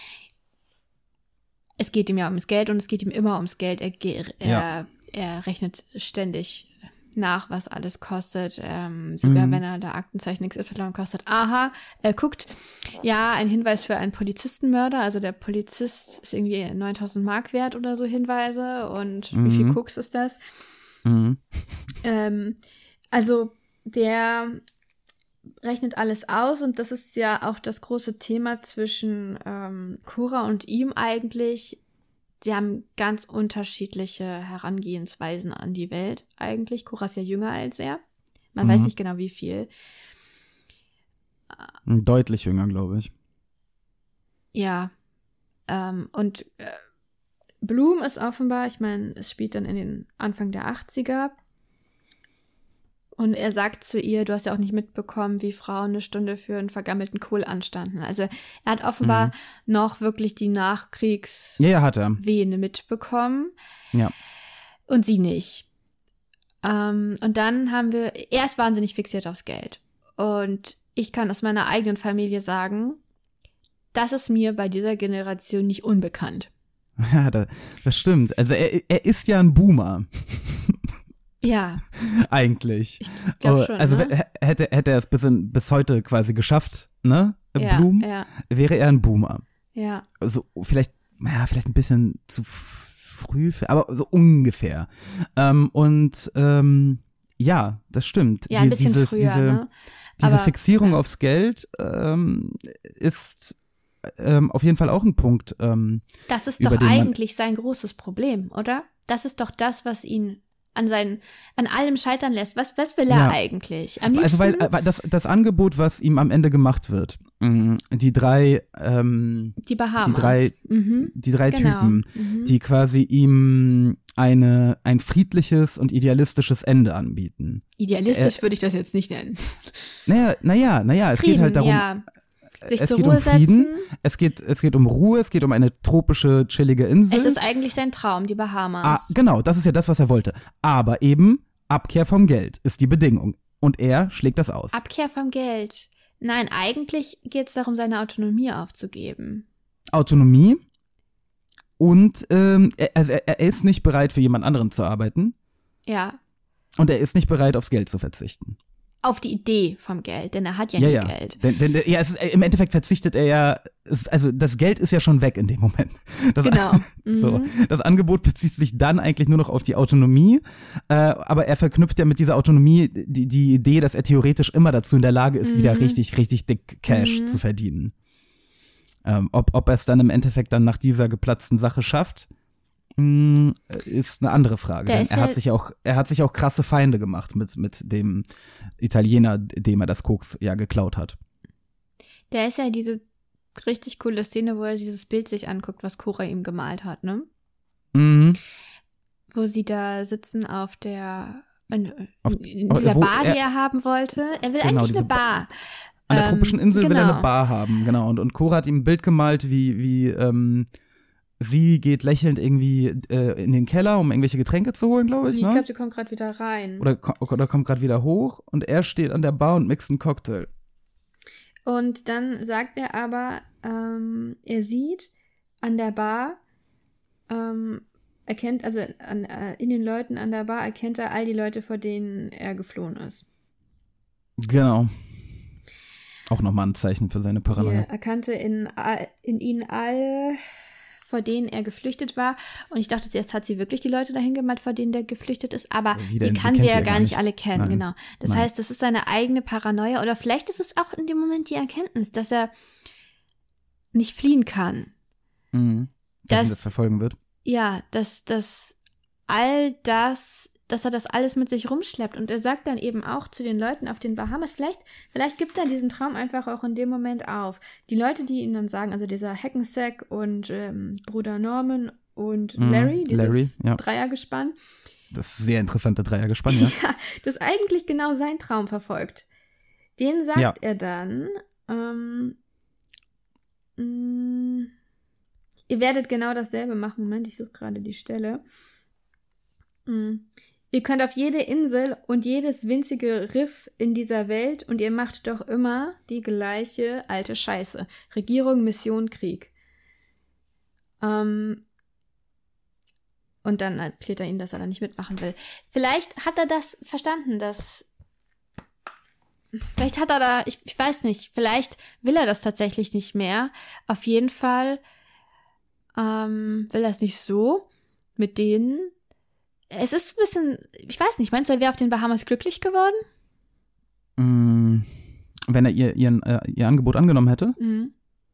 Speaker 1: Es geht ihm ja ums Geld und es geht ihm immer ums Geld. Er, er, ja. er rechnet ständig nach, was alles kostet. Ähm, sogar mhm. wenn er da Aktenzeichen X Y kostet. Aha, er guckt, ja, ein Hinweis für einen Polizistenmörder. Also der Polizist ist irgendwie neuntausend Mark wert oder so Hinweise. Und mhm. wie viel Koks ist das? Mhm. Ähm, also der rechnet alles aus und das ist ja auch das große Thema zwischen ähm, Cora und ihm eigentlich. Sie haben ganz unterschiedliche Herangehensweisen an die Welt eigentlich. Cora ist ja jünger als er. Man mhm. weiß nicht genau wie viel.
Speaker 7: Deutlich jünger, glaube ich.
Speaker 1: Ja. Ähm, und äh, Bloom ist offenbar, ich meine, es spielt dann in den Anfang der achtziger. Und er sagt zu ihr, du hast ja auch nicht mitbekommen, wie Frauen eine Stunde für einen vergammelten Kohl anstanden. Also er hat offenbar mhm. noch wirklich die Nachkriegs-
Speaker 7: ja, hat er.
Speaker 1: Vene mitbekommen.
Speaker 7: Ja.
Speaker 1: Und sie nicht. Ähm, und dann haben wir, er ist wahnsinnig fixiert aufs Geld. Und ich kann aus meiner eigenen Familie sagen, das ist mir bei dieser Generation nicht unbekannt.
Speaker 7: Ja, das, das stimmt. Also er, er ist ja ein Boomer.
Speaker 1: Ja.
Speaker 7: Eigentlich.
Speaker 1: Ich glaube schon,
Speaker 7: Also
Speaker 1: ne?
Speaker 7: hätte, hätte er es bis, in, bis heute quasi geschafft, ne?
Speaker 1: Ja,
Speaker 7: Bloom,
Speaker 1: ja.
Speaker 7: wäre er ein Boomer.
Speaker 1: Ja.
Speaker 7: Also vielleicht, ja, vielleicht ein bisschen zu früh, für, aber so ungefähr. Ähm, und ähm, ja, das stimmt.
Speaker 1: Ja, ein bisschen
Speaker 7: dieses,
Speaker 1: früher,
Speaker 7: diese,
Speaker 1: ne?
Speaker 7: diese
Speaker 1: Aber,
Speaker 7: Fixierung
Speaker 1: ja.
Speaker 7: aufs Geld ähm, ist ähm, auf jeden Fall auch ein Punkt. Ähm,
Speaker 1: das ist
Speaker 7: über
Speaker 1: doch
Speaker 7: den man-
Speaker 1: eigentlich sein großes Problem, oder? Das ist doch das, was ihn an seinen, an allem scheitern lässt. Was, was will er
Speaker 7: Ja.
Speaker 1: eigentlich? Am
Speaker 7: Also weil,
Speaker 1: liebsten
Speaker 7: weil das, das Angebot, was ihm am Ende gemacht wird, mh, die drei, ähm,
Speaker 1: die Bahamas.
Speaker 7: die drei,
Speaker 1: mhm.
Speaker 7: die drei
Speaker 1: Genau.
Speaker 7: Typen,
Speaker 1: Mhm.
Speaker 7: die quasi ihm eine ein friedliches und idealistisches Ende anbieten.
Speaker 1: Idealistisch würde ich das jetzt nicht nennen.
Speaker 7: Naja, naja, naja, es
Speaker 1: Frieden,
Speaker 7: geht halt darum,
Speaker 1: ja. Sich
Speaker 7: es
Speaker 1: zur
Speaker 7: geht
Speaker 1: Ruhe
Speaker 7: um Frieden,
Speaker 1: setzen.
Speaker 7: es geht, es geht um Ruhe, es geht um eine tropische, chillige Insel.
Speaker 1: Es ist eigentlich sein Traum, die Bahamas.
Speaker 7: Ah, genau, das ist ja das, was er wollte. Aber eben Abkehr vom Geld ist die Bedingung. Und er schlägt das aus.
Speaker 1: Abkehr vom Geld. Nein, eigentlich geht es darum, seine Autonomie aufzugeben.
Speaker 7: Autonomie und ähm, er, also er, er ist nicht bereit, für jemand anderen zu arbeiten.
Speaker 1: Ja.
Speaker 7: Und er ist nicht bereit, aufs Geld zu verzichten.
Speaker 1: Auf die Idee vom Geld, denn er hat ja,
Speaker 7: Ja,
Speaker 1: nie
Speaker 7: ja.
Speaker 1: Geld.
Speaker 7: Denn, denn ja, es ist, im Endeffekt verzichtet er ja, es, also das Geld ist ja schon weg in dem Moment. Das,
Speaker 1: Genau.
Speaker 7: So,
Speaker 1: Mhm.
Speaker 7: das Angebot bezieht sich dann eigentlich nur noch auf die Autonomie, äh, aber er verknüpft ja mit dieser Autonomie die, die Idee, dass er theoretisch immer dazu in der Lage ist,
Speaker 1: Mhm.
Speaker 7: wieder richtig, richtig dick Cash
Speaker 1: Mhm.
Speaker 7: zu verdienen. Ähm, ob, ob er es dann im Endeffekt dann nach dieser geplatzten Sache schafft, mh, ist eine andere Frage.
Speaker 1: Der
Speaker 7: Denn
Speaker 1: ist
Speaker 7: er
Speaker 1: ja-
Speaker 7: hat sich auch, er hat sich auch krasse Feinde gemacht mit, mit dem Italiener, dem er das Koks ja geklaut hat.
Speaker 1: Der ist ja diese richtig coole Szene, wo er dieses Bild sich anguckt, was Cora ihm gemalt hat, ne?
Speaker 7: Mhm.
Speaker 1: wo sie da sitzen auf der, in,
Speaker 7: Auf-
Speaker 1: in
Speaker 7: aber
Speaker 1: dieser
Speaker 7: wo
Speaker 1: Bar, die
Speaker 7: er-
Speaker 1: er haben wollte. Er will
Speaker 7: Genau,
Speaker 1: eigentlich
Speaker 7: diese
Speaker 1: eine Bar.
Speaker 7: An der
Speaker 1: Ähm,
Speaker 7: tropischen Insel will er
Speaker 1: genau.
Speaker 7: eine Bar haben, genau. Und, und Cora hat ihm ein Bild gemalt, wie, wie ähm, sie geht lächelnd irgendwie äh, in den Keller, um irgendwelche Getränke zu holen, glaube ich.
Speaker 1: Ich
Speaker 7: Ne?
Speaker 1: glaube, sie kommt gerade wieder rein.
Speaker 7: Oder, ko- oder kommt gerade wieder hoch und er steht an der Bar und mixt einen Cocktail.
Speaker 1: Und dann sagt er aber, ähm, er sieht an der Bar, ähm, erkennt, also an, äh, in den Leuten an der Bar erkennt er all die Leute, vor denen er geflohen ist.
Speaker 7: Genau. Auch nochmal ein Zeichen für seine
Speaker 1: Er
Speaker 7: Paranoia.
Speaker 1: erkannte in, all- in ihnen alle, vor denen er geflüchtet war. Und ich dachte zuerst, hat sie wirklich die Leute dahin gemalt, vor denen der geflüchtet ist. Aber
Speaker 7: Wie
Speaker 1: die
Speaker 7: denn? Sie
Speaker 1: kann sie
Speaker 7: kennt
Speaker 1: ja
Speaker 7: die ja
Speaker 1: gar
Speaker 7: gar
Speaker 1: nicht
Speaker 7: nicht.
Speaker 1: alle kennen.
Speaker 7: Nein.
Speaker 1: Genau. Das
Speaker 7: Nein.
Speaker 1: heißt, das ist seine eigene Paranoia. Oder vielleicht ist es auch in dem Moment die Erkenntnis, dass er nicht fliehen kann.
Speaker 7: Mhm. Dass ihn
Speaker 1: Das-
Speaker 7: das verfolgen wird.
Speaker 1: Ja, dass, dass all das, dass er das alles mit sich rumschleppt. Und er sagt dann eben auch zu den Leuten auf den Bahamas, vielleicht, vielleicht gibt er diesen Traum einfach auch in dem Moment auf. Die Leute, die ihm dann sagen, also dieser Hackensack und ähm, Bruder Norman und
Speaker 7: Mhm,
Speaker 1: Larry, dieses
Speaker 7: Larry, ja.
Speaker 1: Dreiergespann,
Speaker 7: Das sehr interessante Dreiergespann, ja.
Speaker 1: ja, das eigentlich genau seinen Traum verfolgt. Den sagt
Speaker 7: Ja.
Speaker 1: er dann, ähm, mh, ihr werdet genau dasselbe machen. Moment, ich suche gerade die Stelle. Mh. Ihr könnt auf jede Insel und jedes winzige Riff in dieser Welt und ihr macht doch immer die gleiche alte Scheiße. Regierung, Mission, Krieg. Ähm, und dann erklärt er ihnen, dass er da nicht mitmachen will. Vielleicht hat er das verstanden, dass vielleicht hat er da, ich, ich weiß nicht, vielleicht will er das tatsächlich nicht mehr. Auf jeden Fall ähm, will er es nicht so mit denen. Es ist ein bisschen, ich weiß nicht, meinst du, er wäre auf den Bahamas glücklich geworden?
Speaker 7: Mm, Wenn er ihr, ihren, äh, ihr Angebot angenommen hätte.
Speaker 1: Mhm.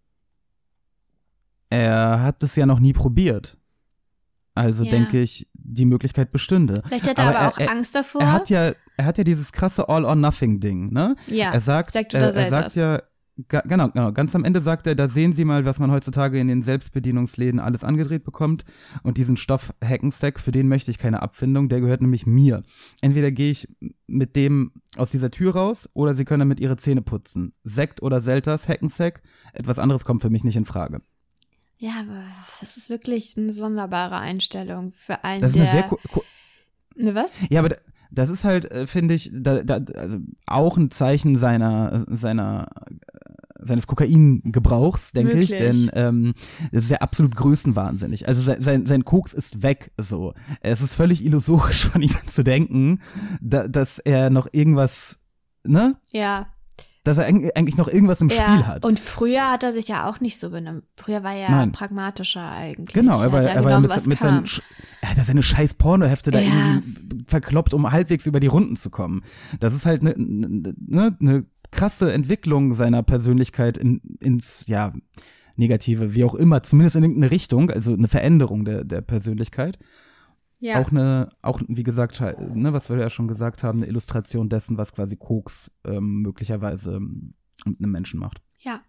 Speaker 7: Er hat es ja noch nie probiert. Also
Speaker 1: Ja.
Speaker 7: denke ich, die Möglichkeit bestünde.
Speaker 1: Vielleicht hat er aber,
Speaker 7: er,
Speaker 1: auch
Speaker 7: er,
Speaker 1: Angst davor.
Speaker 7: Er hat ja, er hat ja dieses krasse All-or-Nothing-Ding, ne?
Speaker 1: ja,
Speaker 7: Er sagt,
Speaker 1: Sekt
Speaker 7: er,
Speaker 1: oder
Speaker 7: er
Speaker 1: Selters.
Speaker 7: sagt ja, ga, genau, genau, ganz am Ende sagt er, da sehen Sie mal, was man heutzutage in den Selbstbedienungsläden alles angedreht bekommt. Und diesen Stoff Hackensack, für den möchte ich keine Abfindung, der gehört nämlich mir. Entweder gehe ich mit dem aus dieser Tür raus oder Sie können damit Ihre Zähne putzen. Sekt oder Selters, Hackensack, etwas anderes kommt für mich nicht in Frage.
Speaker 1: Ja, aber das ist wirklich eine sonderbare Einstellung für einen,
Speaker 7: Das ist
Speaker 1: der...
Speaker 7: eine sehr ko- ko-
Speaker 1: Ne, was?
Speaker 7: Ja, aber da- das ist halt, äh, finde ich, da, da, also auch ein Zeichen seiner, seiner, äh, seines Kokaingebrauchs, denke ich,
Speaker 1: Wirklich?
Speaker 7: denn ähm, das ist ja absolut größenwahnsinnig. Also sein, sein, sein Koks ist weg, so. Es ist völlig illusorisch von ihm zu denken, da, dass er noch irgendwas, ne?
Speaker 1: Ja.
Speaker 7: Dass er eig- eigentlich noch irgendwas im
Speaker 1: ja.
Speaker 7: Spiel hat.
Speaker 1: Und früher hat er sich ja auch nicht so benommen. Früher war er ja
Speaker 7: Nein.
Speaker 1: pragmatischer eigentlich.
Speaker 7: Genau, er war,
Speaker 1: hat ja
Speaker 7: er war ja
Speaker 1: genommen,
Speaker 7: mit,
Speaker 1: was
Speaker 7: mit
Speaker 1: kam.
Speaker 7: seinen, Sch- er hat ja seine scheiß Pornohefte da
Speaker 1: Ja.
Speaker 7: irgendwie verkloppt, um halbwegs über die Runden zu kommen. Das ist halt eine ne, ne krasse Entwicklung seiner Persönlichkeit in, ins, ja, Negative, wie auch immer, zumindest in irgendeine Richtung, also eine Veränderung der, der Persönlichkeit.
Speaker 1: Ja.
Speaker 7: Auch eine, auch wie gesagt, halt, ne, was wir ja schon gesagt haben, eine Illustration dessen, was quasi Koks ähm, möglicherweise ähm, mit einem Menschen macht.
Speaker 1: Ja.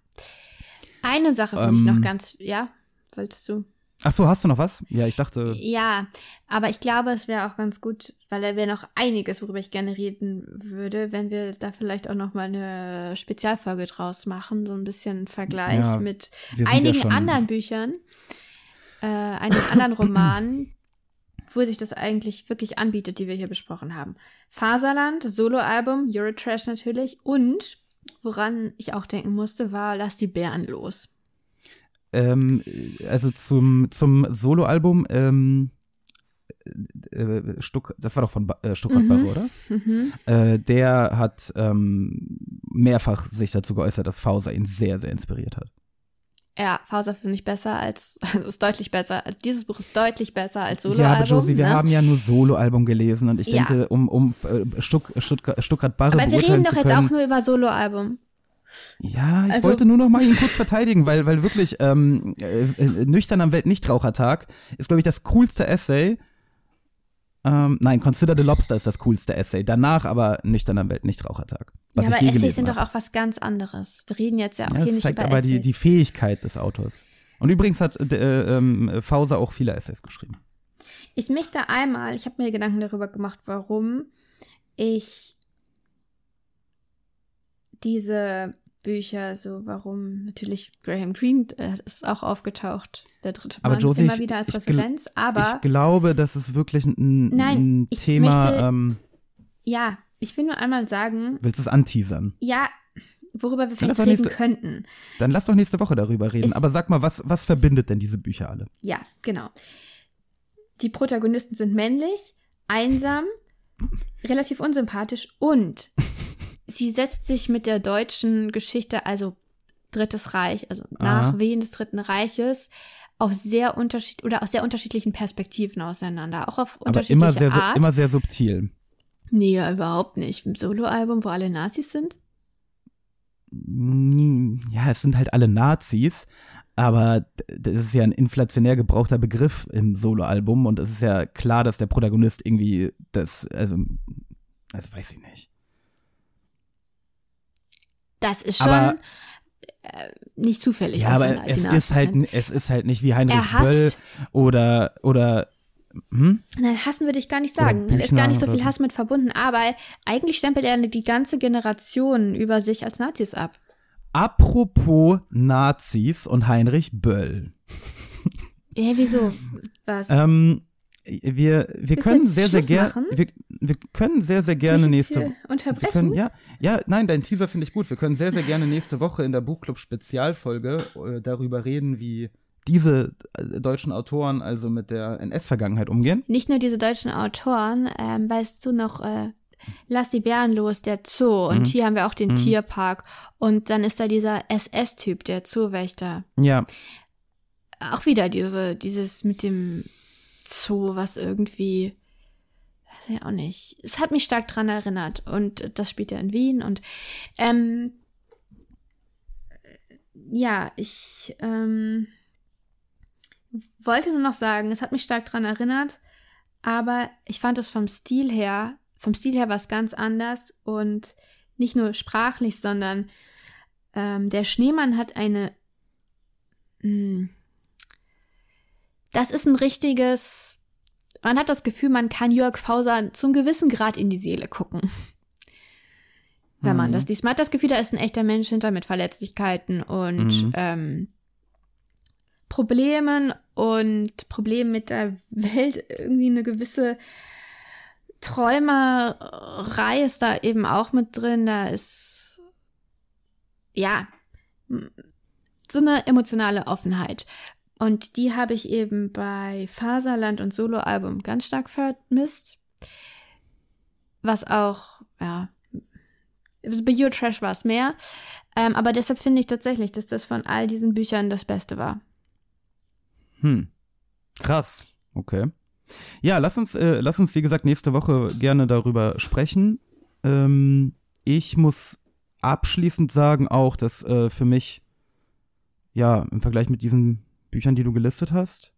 Speaker 1: Eine Sache finde ich
Speaker 7: Ähm.
Speaker 1: noch ganz, ja, wolltest du?
Speaker 7: Ach so, hast du noch was? Ja, ich dachte,
Speaker 1: Ja, aber ich glaube, es wäre auch ganz gut, weil da wäre noch einiges, worüber ich gerne reden würde, wenn wir da vielleicht auch noch mal eine Spezialfolge draus machen, so ein bisschen Vergleich
Speaker 7: Ja,
Speaker 1: mit
Speaker 7: wir sind ja
Speaker 1: einigen
Speaker 7: schon-
Speaker 1: anderen Büchern, äh, einigen anderen Romanen, wo sich das eigentlich wirklich anbietet, die wir hier besprochen haben. Faserland, Soloalbum, Eurotrash natürlich und woran ich auch denken musste, war Lass die Bären los.
Speaker 7: Ähm, also zum, zum Soloalbum, ähm, äh, Stuck, das war doch von ba äh, Stuckrad Barre, oder?
Speaker 1: Mhm.
Speaker 7: Äh, der hat ähm, mehrfach sich dazu geäußert, dass Fauser ihn sehr, sehr inspiriert hat.
Speaker 1: Ja, Fauser finde ich besser als, also ist deutlich besser. Also dieses Buch ist deutlich besser als
Speaker 7: Ja,
Speaker 1: Soloalbum.
Speaker 7: aber Josie, wir
Speaker 1: ne?
Speaker 7: haben ja nur Soloalbum gelesen und ich
Speaker 1: Ja.
Speaker 7: denke, um, um äh, Stuck, Stuttgart, Stuckrad Barre
Speaker 1: Aber wir
Speaker 7: beurteilen
Speaker 1: reden doch
Speaker 7: zu
Speaker 1: jetzt
Speaker 7: können.
Speaker 1: auch nur über Soloalbum.
Speaker 7: Ja, ich
Speaker 1: Also-
Speaker 7: wollte nur noch mal ihn kurz verteidigen, weil, weil wirklich ähm, äh, äh, Nüchtern am Weltnichtrauchertag ist, glaube ich, das coolste Essay. Ähm, nein, Consider the Lobster ist das coolste Essay. Danach aber Nüchtern am Weltnichtrauchertag. Was
Speaker 1: Ja,
Speaker 7: ich
Speaker 1: aber
Speaker 7: je
Speaker 1: Essays
Speaker 7: gelesen
Speaker 1: sind doch
Speaker 7: habe.
Speaker 1: auch was ganz anderes. Wir reden jetzt ja auch
Speaker 7: Ja,
Speaker 1: hier
Speaker 7: das
Speaker 1: nicht
Speaker 7: zeigt
Speaker 1: über
Speaker 7: aber die,
Speaker 1: Essays.
Speaker 7: die Fähigkeit des Autors. Und übrigens hat äh, ähm, Fauser auch viele Essays geschrieben.
Speaker 1: Ich möchte einmal, ich habe mir Gedanken darüber gemacht, warum ich diese Bücher so, warum natürlich Graham Greene äh, ist auch aufgetaucht, der dritte
Speaker 7: aber
Speaker 1: Mann,
Speaker 7: Josie,
Speaker 1: immer
Speaker 7: ich,
Speaker 1: wieder als
Speaker 7: ich,
Speaker 1: Referenz, aber
Speaker 7: ich glaube, das ist wirklich ein,
Speaker 1: nein,
Speaker 7: ein
Speaker 1: ich
Speaker 7: Thema.
Speaker 1: möchte,
Speaker 7: ähm,
Speaker 1: ja, ich will nur einmal sagen,
Speaker 7: willst du es anteasern?
Speaker 1: ja, worüber wir
Speaker 7: Dann lass
Speaker 1: vielleicht
Speaker 7: doch
Speaker 1: reden
Speaker 7: nächste-
Speaker 1: könnten.
Speaker 7: Dann lass doch nächste Woche darüber reden.
Speaker 1: Ist-
Speaker 7: Aber sag mal, was, was verbindet denn diese Bücher alle?
Speaker 1: Ja, genau. Die Protagonisten sind männlich, einsam, relativ unsympathisch und sie setzt sich mit der deutschen Geschichte, also Drittes Reich, also nach
Speaker 7: Aha.
Speaker 1: Wehen des Dritten Reiches, auf sehr unterschied oder aus sehr unterschiedlichen Perspektiven auseinander, auch auf
Speaker 7: Aber
Speaker 1: unterschiedliche
Speaker 7: immer sehr,
Speaker 1: Art.
Speaker 7: immer sehr subtil.
Speaker 1: Nee, ja, überhaupt nicht. Im Soloalbum, wo alle Nazis sind.
Speaker 7: Ja, es sind halt alle Nazis, aber das ist ja ein inflationär gebrauchter Begriff im Soloalbum und es ist ja klar, dass der Protagonist irgendwie das, also, das weiß ich nicht.
Speaker 1: Das ist schon
Speaker 7: Aber-
Speaker 1: äh, nicht zufällig.
Speaker 7: Ja,
Speaker 1: dass
Speaker 7: aber
Speaker 1: er
Speaker 7: es
Speaker 1: Nazis
Speaker 7: ist halt,
Speaker 1: sind.
Speaker 7: es ist halt nicht wie Heinrich
Speaker 1: Er hasst-
Speaker 7: Böll oder, oder, hm?
Speaker 1: Nein, hassen würde ich gar nicht
Speaker 7: Oder
Speaker 1: sagen. Da ist
Speaker 7: Büchner
Speaker 1: gar nicht so
Speaker 7: oder
Speaker 1: viel
Speaker 7: so.
Speaker 1: Hass mit verbunden, aber eigentlich stempelt er die ganze Generation über sich als Nazis ab.
Speaker 7: Apropos Nazis und Heinrich Böll.
Speaker 1: Hä, wieso? Was?
Speaker 7: Ähm, wir, wir
Speaker 1: Willst du
Speaker 7: können
Speaker 1: jetzt
Speaker 7: sehr, sehr
Speaker 1: Schluss
Speaker 7: gerne,
Speaker 1: machen?
Speaker 7: wir, wir können sehr, sehr
Speaker 1: Soll ich
Speaker 7: gerne
Speaker 1: jetzt
Speaker 7: nächste
Speaker 1: hier
Speaker 7: Wir
Speaker 1: unterbrechen?
Speaker 7: können, ja, ja, nein, dein Teaser finde ich gut. Wir können sehr, sehr gerne nächste Woche in der Buchclub-Spezialfolge äh, darüber reden, wie diese äh, deutschen Autoren also mit der N S-Vergangenheit umgehen.
Speaker 1: Nicht nur diese deutschen Autoren, ähm, weißt du noch, äh, Lass die Bären los, der Zoo. Und
Speaker 7: Mhm.
Speaker 1: hier haben wir auch den
Speaker 7: Mhm.
Speaker 1: Tierpark. Und dann ist da dieser S S-Typ, der Zoowächter.
Speaker 7: Ja,
Speaker 1: Auch wieder diese, dieses mit dem Zoo, was irgendwie, weiß ich auch nicht. Es hat mich stark dran erinnert. Und das spielt ja in Wien. Und ähm, ja, ich ähm, wollte nur noch sagen, es hat mich stark dran erinnert, aber ich fand es vom Stil her, vom Stil her was ganz anders und nicht nur sprachlich, sondern ähm, der Schneemann hat eine, mh, das ist ein richtiges, man hat das Gefühl, man kann Jörg Fauser zum gewissen Grad in die Seele gucken. Wenn man
Speaker 7: Mhm.
Speaker 1: das liest. Man hat das Gefühl, da ist ein echter Mensch hinter mit Verletzlichkeiten und
Speaker 7: Mhm.
Speaker 1: ähm, Problemen und Problemen mit der Welt, irgendwie eine gewisse Träumerei ist da eben auch mit drin. Da ist, ja, so eine emotionale Offenheit. Und die habe ich eben bei Faserland und Soloalbum ganz stark vermisst. Was auch, ja, bei Eurotrash war es mehr. Ähm, aber deshalb finde ich tatsächlich, dass das von all diesen Büchern das Beste war.
Speaker 7: hm. Krass. Okay. Ja, lass uns, äh, lass uns, wie gesagt, nächste Woche gerne darüber sprechen. Ähm, ich muss abschließend sagen auch, dass äh, für mich, ja, im Vergleich mit diesen Büchern, die du gelistet hast.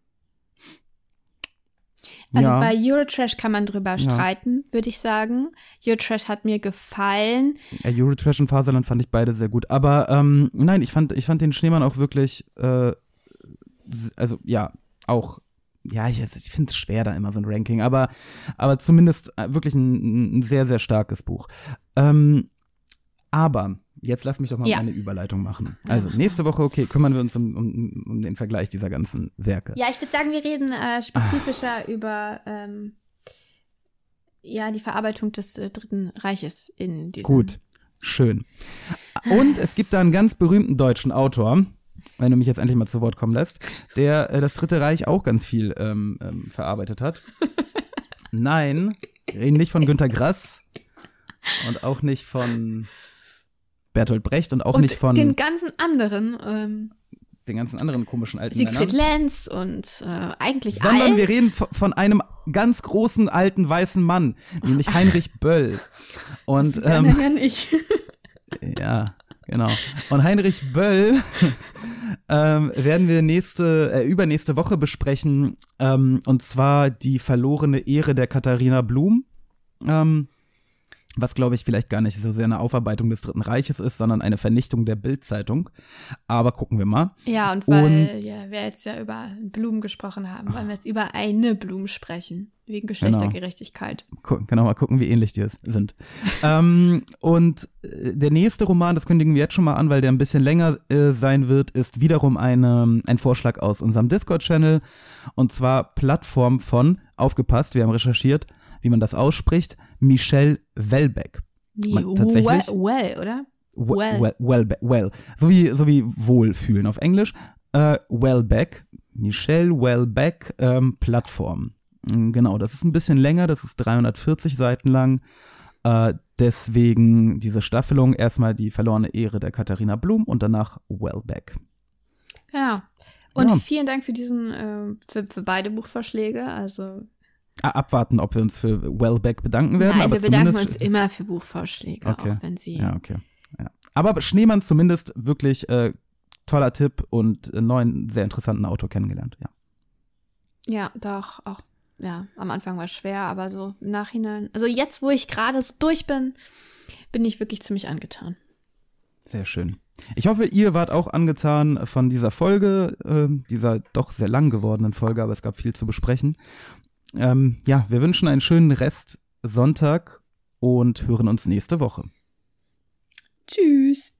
Speaker 1: Also
Speaker 7: ja,
Speaker 1: bei Eurotrash kann man drüber
Speaker 7: Ja.
Speaker 1: streiten, würde ich sagen. Eurotrash hat mir gefallen.
Speaker 7: ja, Eurotrash und Faserland fand ich beide sehr gut. Aber ähm, nein, ich fand, ich fand den Schneemann auch wirklich, äh, s- also ja, auch, ja, ich, ich finde es schwer da immer so ein Ranking, aber, aber zumindest äh, wirklich ein, ein sehr, sehr starkes Buch. Ähm, aber jetzt lass mich doch mal
Speaker 1: Ja.
Speaker 7: eine Überleitung machen. Also nächste Woche, okay, kümmern wir uns um, um, um den Vergleich dieser ganzen Werke.
Speaker 1: Ja, ich würde sagen, wir reden äh, spezifischer über ähm, ja, die Verarbeitung des äh, Dritten Reiches in diesem.
Speaker 7: Gut, schön. Und es gibt da einen ganz berühmten deutschen Autor, wenn du mich jetzt endlich mal zu Wort kommen lässt, der äh, das Dritte Reich auch ganz viel ähm, ähm, verarbeitet hat. Nein, wir reden nicht von Günter Grass und auch nicht von Bertolt Brecht und auch
Speaker 1: Und
Speaker 7: nicht von
Speaker 1: den ganzen anderen, ähm,
Speaker 7: den ganzen anderen komischen alten
Speaker 1: Siegfried
Speaker 7: Männern.
Speaker 1: Lenz und äh, eigentlich
Speaker 7: Sondern
Speaker 1: allen.
Speaker 7: wir reden v- von einem ganz großen alten weißen Mann, nämlich Heinrich Böll. Und
Speaker 1: Die
Speaker 7: ähm,
Speaker 1: anderen ja nicht.
Speaker 7: ja, genau. Und Heinrich Böll ähm, werden wir nächste, äh, übernächste Woche besprechen, ähm, und zwar die verlorene Ehre der Katharina Blum. Ähm, was, glaube ich, vielleicht gar nicht so sehr eine Aufarbeitung des Dritten Reiches ist, sondern eine Vernichtung der Bild-Zeitung. Aber gucken wir mal.
Speaker 1: Ja, und weil
Speaker 7: Und-
Speaker 1: ja, wir jetzt ja über Blumen gesprochen haben, wollen wir jetzt über eine Blume sprechen, wegen Geschlechtergerechtigkeit.
Speaker 7: Gu- Genau, mal gucken, wie ähnlich die es sind. ähm, und äh, der nächste Roman, das kündigen wir jetzt schon mal an, weil der ein bisschen länger äh, sein wird, ist wiederum eine, ein Vorschlag aus unserem Discord-Channel. Und zwar Plattform von, aufgepasst, wir haben recherchiert, wie man das ausspricht, Michel Houellebecq.
Speaker 1: Nee,
Speaker 7: Man- tatsächlich-
Speaker 1: well, well, oder?
Speaker 7: Well,
Speaker 1: Well.
Speaker 7: well, well, well. So wie, so wie Wohlfühlen auf Englisch. Äh, Houellebecq, Michel Houellebecq, ähm, Plattform. Mm, Genau, das ist ein bisschen länger, das ist dreihundertvierzig Seiten lang. Äh, deswegen diese Staffelung, erstmal die verlorene Ehre der Katharina Blum und danach Houellebecq.
Speaker 1: Genau. Und
Speaker 7: Ja.
Speaker 1: vielen Dank für diesen, äh, für, für beide Buchvorschläge. Also
Speaker 7: Ah, abwarten, ob wir uns für Houellebecq bedanken werden.
Speaker 1: nein,
Speaker 7: aber
Speaker 1: wir bedanken
Speaker 7: zumindest-
Speaker 1: uns immer für Buchvorschläge,
Speaker 7: Okay.
Speaker 1: auch wenn sie.
Speaker 7: Ja, okay. Ja. Aber Schneemann zumindest wirklich äh, toller Tipp und einen neuen, sehr interessanten Autor kennengelernt. Ja.
Speaker 1: Ja, doch, auch, ja, am Anfang war es schwer, aber so im Nachhinein, also jetzt, wo ich gerade so durch bin, bin ich wirklich ziemlich angetan.
Speaker 7: Sehr schön. Ich hoffe, ihr wart auch angetan von dieser Folge, ähm, dieser doch sehr lang gewordenen Folge, aber es gab viel zu besprechen. Ähm, ja, wir wünschen einen schönen Rest Sonntag und hören uns nächste Woche.
Speaker 1: Tschüss.